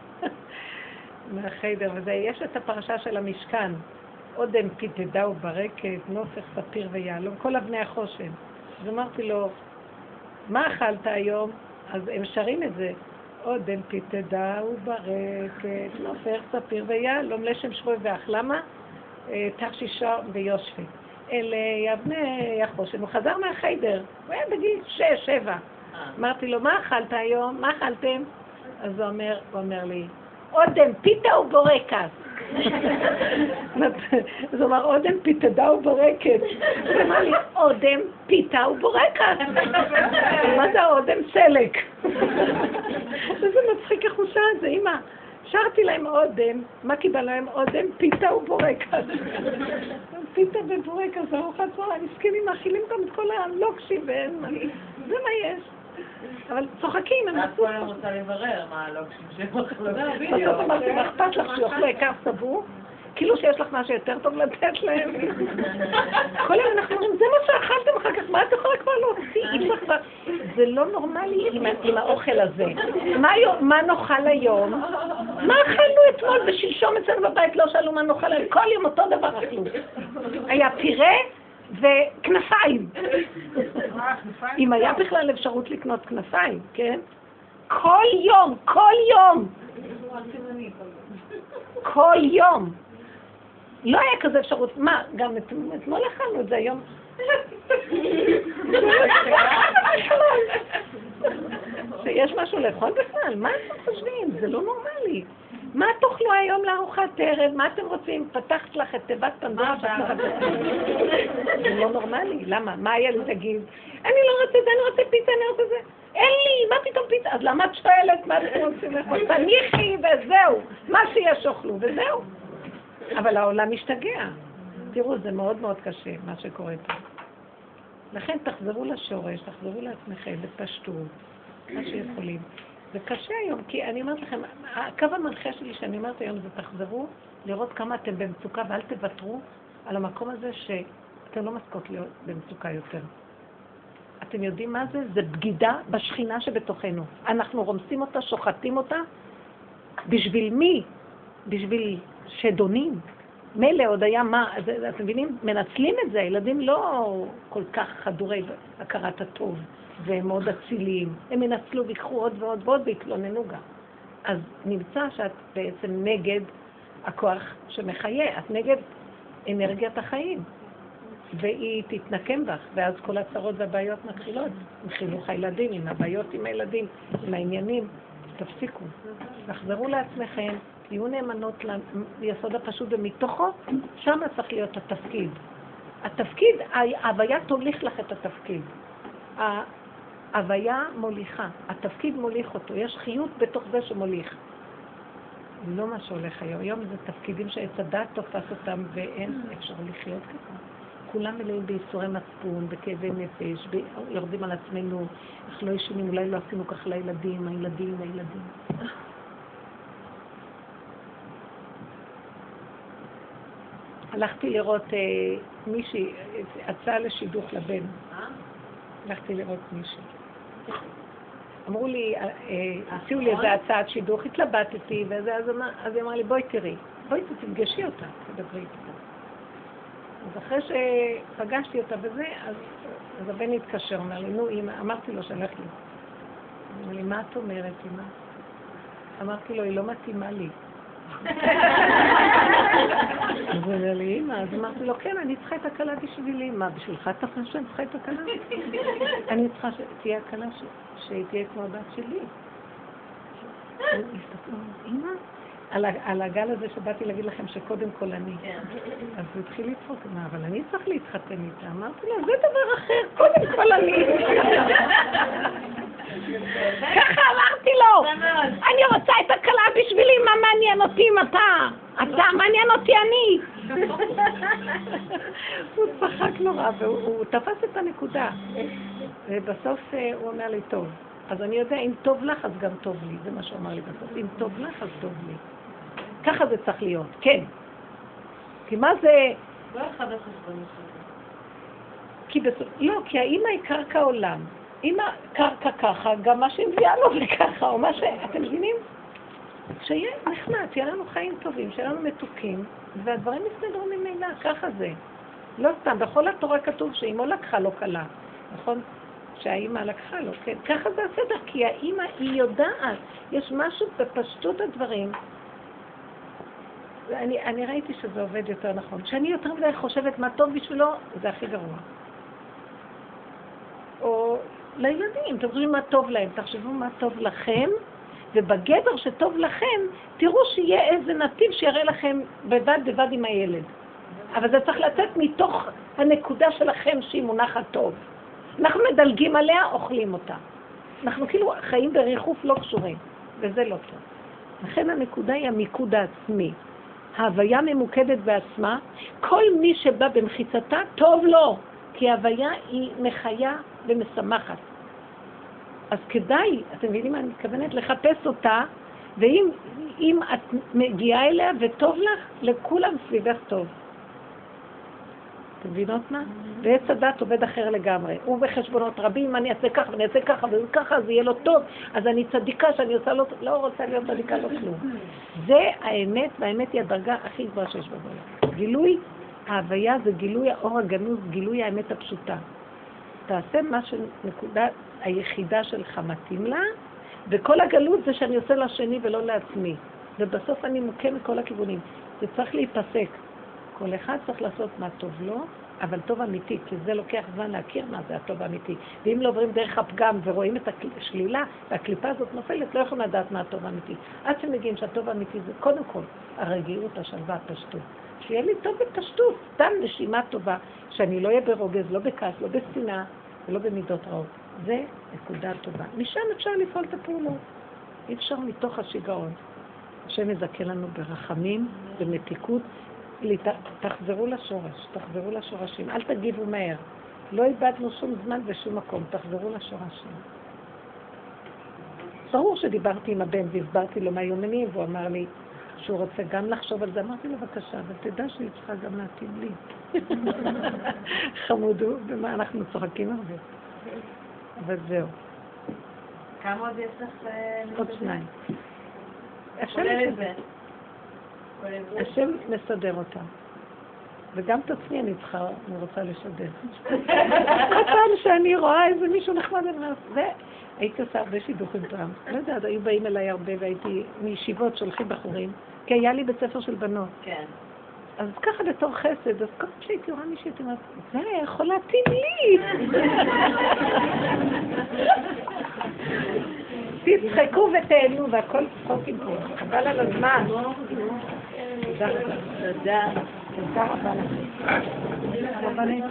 מהחדר, וזה, יש את הפרשה של המשכן, עודם פיתדה וברקת, נופך, ספיר ויעלום, כל אבני החושן. אז אמרתי לו, מה אכלת היום? אז הם שרים את זה, עודם פיתדה וברקת, נופך, ספיר ויעלום, לשם שבוי ואך. למה? תכשישה ויושפי. אלה אבני החושן. הוא חזר מהחדר, הוא היה בגיל 6, 7. אמרתי לו, מה אכלת היום? מה אכלתם? אז הוא אומר לי, עודם פיתה ובורקס. אז הוא אמר, אודם פיתדה וברקת. הוא אמר לי, אודם פיתה וברקת. מה זה האודם סלק? וזה מצחיק איך הוא שעה את זה, אמא. שרתי להם אודם, מה קיבל להם? אודם פיתה ובורקת. פיתה ובורקת, זה ארוחת צהריים, מסכנים, מאכילים גם את כל הלוקשים ואין מה. זה מה יש. אבל צוחקים, הם עשו. אני רוצה לברר מה הלוקשים שהם אוכלו. בסוף אמרתי, מה אכפת לך שיאכלו עיקר סבור? כאילו שיש לך משהו יותר טוב לתת להם. כל יום אנחנו אומרים, זה מה שאכלתם אחר כך, מה את יכולה כבר להוציא? זה לא נורמלי עם האוכל הזה. מה נאכל היום? מה אכלנו אתמול ושלשום אצלנו בבית? לא שאלו מה נאכל היום. כל יום אותו דבר אכלו. היה פירה וכנפיים. אם היה בכלל אפשרות לקנות כנפיים, כן? כל יום, כל יום. כל יום. לא היה כזה אפשרות. מה, גם אתמול אכלנו את זה היום. שיש משהו לאכול בכלל, מה אתם חושבים? זה לא נורמלי. מה תאכלו היום לארוחת ערב? מה אתם רוצים? פתחת לך את תיבת פנדורה שאת מחפשת. זה לא נורמלי. למה? מה היה לי תגיד? אני לא רוצה זה, אני רוצה פיצה, אני רוצה זה. אין לי, מה פתאום פיצה? אז למה את שואלת? מה אתם רוצים לאכול? תניחי וזהו. מה שיש אוכלו וזהו. אבל העולם משתגע. תראו, זה מאוד מאוד קשה מה שקורה פה. לכן תחזרו לשורש, תחזרו לעצמכם בפשטות, מה שיכולים. זה קשה היום, כי אני אומרת לכם, הקו המנחה שלי שאני אומרת היום זה תחזרו לראות כמה אתם במצוקה ואל תוותרו על המקום הזה שאתם לא מסכות להיות במצוקה יותר. אתם יודעים מה זה? זה בגידה בשכינה שבתוכנו. אנחנו רומסים אותה, שוחטים אותה. בשביל מי? בשביל שדונים. מילא עוד היה מה, אתם מבינים? מנצלים את זה, הילדים לא כל כך חדורי הכרת הטוב, והם מאוד אציליים. הם ינצלו ויקחו עוד ועוד ועוד והתלוננו גם. אז נמצא שאת בעצם נגד הכוח שמחיה, את נגד אנרגיית החיים, והיא תתנקם בך, ואז כל הצרות והבעיות מתחילות, עם חינוך הילדים, עם הבעיות עם הילדים, עם העניינים. תפסיקו, תחזרו לעצמכם, תהיו נאמנות ליסוד הפשוט, ומתוכו שם צריך להיות התפקיד. התפקיד, ההוויה תוליך לך את התפקיד. ההוויה מוליכה, התפקיד מוליך אותו, יש חיות בתוך זה שמוליך. לא מה שהולך היום, היום זה תפקידים שעץ הדת תופס אותם ואין אפשר לחיות ככה. כולם מלאים בייסורי מצפון, בכאבי נפש, יורדים על עצמנו, איך לא ישנים, אולי לא עשינו כך לילדים, הילדים. הלכתי לראות מישהי, הצעה לשידוך לבן. הלכתי לראות מישהי. אמרו לי, הציעו לי איזה הצעת שידוך, התלבטתי, אז היא אמרה לי, בואי תראי, בואי תפגשי אותה, תדברי איתה. אז אחרי שפגשתי אותה בזה, אז הבן התקשר, אומר לי, נו אמא, אמרתי לו שהלך לי. אמר לי, מה את אומרת אמא? אמרתי לו, היא לא מתאימה לי. אז הוא אומר לי, אמא, אז אמרתי לו, כן, אני צריכה את הקלה בשבילי. מה, בשבילך אתה חושב שאני צריכה את הקלה? אני צריכה שתהיה הקלה שהיא תהיה כמו הבת שלי. אמא? על הגל הזה שבאתי להגיד לכם שקודם כל אני. אז הוא התחיל לצחוק, מה, אבל אני צריך להתחתן איתה. אמרתי לו, זה דבר אחר, קודם כל אני. ככה אמרתי לו, אני רוצה את הקלה בשבילי, מה מעניין אותי אם אתה מעניין אותי אני. הוא צחק נורא והוא תפס את הנקודה. ובסוף הוא אומר לי, טוב, אז אני יודע, אם טוב לך אז גם טוב לי, זה מה שהוא אמר לי בסוף, אם טוב לך אז טוב לי. ככה זה צריך להיות, כן. כי מה זה... לא אחד החשבונות שלי. לא, כי האמא היא קרקע עולם. אמא קרקע ככה, גם מה שהביאה לו זה ככה, או מה ש... אתם מבינים? שיהיה נחמד, שיהיה לנו חיים טובים, שיהיה לנו מתוקים, והדברים מסתדרו ממילא, ככה זה. לא סתם, בכל התורה כתוב שאמא לקחה לו קלה, נכון? שהאמא לקחה לו, כן? ככה זה הסדר, כי האמא היא יודעת, יש משהו בפשטות הדברים. אני ראיתי שזה עובד יותר נכון. שאני יותר מדי חושבת מה טוב בשבילו, זה הכי גרוע. או לילדים, אתם חושבים מה טוב להם, תחשבו מה טוב לכם, ובגדר שטוב לכם, תראו שיהיה איזה נתיב שיראה לכם בבד עם הילד. אבל זה צריך לצאת מתוך הנקודה שלכם שהיא מונחת טוב. אנחנו מדלגים עליה, אוכלים אותה. אנחנו כאילו חיים בריחוף לא קשורים, וזה לא טוב. לכן הנקודה היא המיקוד העצמי. ההוויה ממוקדת בעצמה, כל מי שבא במחיצתה, טוב לו, כי ההוויה היא מחיה ומשמחת. אז כדאי, אתם מבינים מה אני מתכוונת? לחפש אותה, ואם את מגיעה אליה וטוב לך, לכולם סביבך טוב. אתם מבינות מה? ועץ הדת עובד אחר לגמרי. הוא בחשבונות רבים, אני אעשה ככה ואני אעשה ככה וככה, אז יהיה לו טוב, אז אני צדיקה שאני עושה לו, לא רוצה להיות צדיקה, לא כלום. זה האמת, והאמת היא הדרגה הכי גבוהה שיש בגולה. גילוי ההוויה זה גילוי האור הגנוז, גילוי האמת הפשוטה. תעשה מה שנקודה היחידה שלך מתאים לה, וכל הגלות זה שאני עושה לשני ולא לעצמי. ובסוף אני מוכה מכל הכיוונים. זה צריך להיפסק. כל אחד צריך לעשות מה טוב לו, אבל טוב אמיתי, כי זה לוקח זמן להכיר מה זה הטוב האמיתי. ואם לא עוברים דרך הפגם ורואים את השלילה, והקליפה הזאת נופלת, לא יכולים לדעת מה הטוב האמיתי. עד שמגיעים שהטוב האמיתי זה קודם כל הרגיעות, השלווה, הפשטות. שיהיה לי טוב בפשטות, סתם נשימה טובה, שאני לא אהיה ברוגז, לא בכעס, לא בשנאה ולא במידות רעות. זה נקודה טובה. משם אפשר לפעול את הפעולות. אי אפשר מתוך השיגעון. השם יזכה לנו ברחמים, במתיקות, תחזרו לשורש, תחזרו לשורשים, אל תגיבו מהר. לא איבדנו שום זמן ושום מקום, תחזרו לשורשים. ברור שדיברתי עם הבן והסברתי לו מה יומנים, והוא אמר לי שהוא רוצה גם לחשוב על זה. אמרתי לו, בבקשה, אבל תדע שהיא צריכה גם להתאים לי. חמודו, במה אנחנו צוחקים הרבה. אבל זהו. כמה עוד יש לך? עוד שניים. השם מסדר אותה. וגם את עצמי אני רוצה לשדר. כל פעם שאני רואה איזה מישהו נחמד, הייתי עושה הרבה שידוכים טראמפ. לא יודעת, היו באים אליי הרבה והייתי מישיבות שולחים בחורים, כי היה לי בית ספר של בנות. כן. אז ככה בתור חסד, אז כל פעם שהייתי רואה מישהו, הייתי אומרת, זה יכול להתאים לי. תצחקו ותהנו והכל צחוקים פה. חבל על הזמן. תודה רבה. תודה רבה לכם.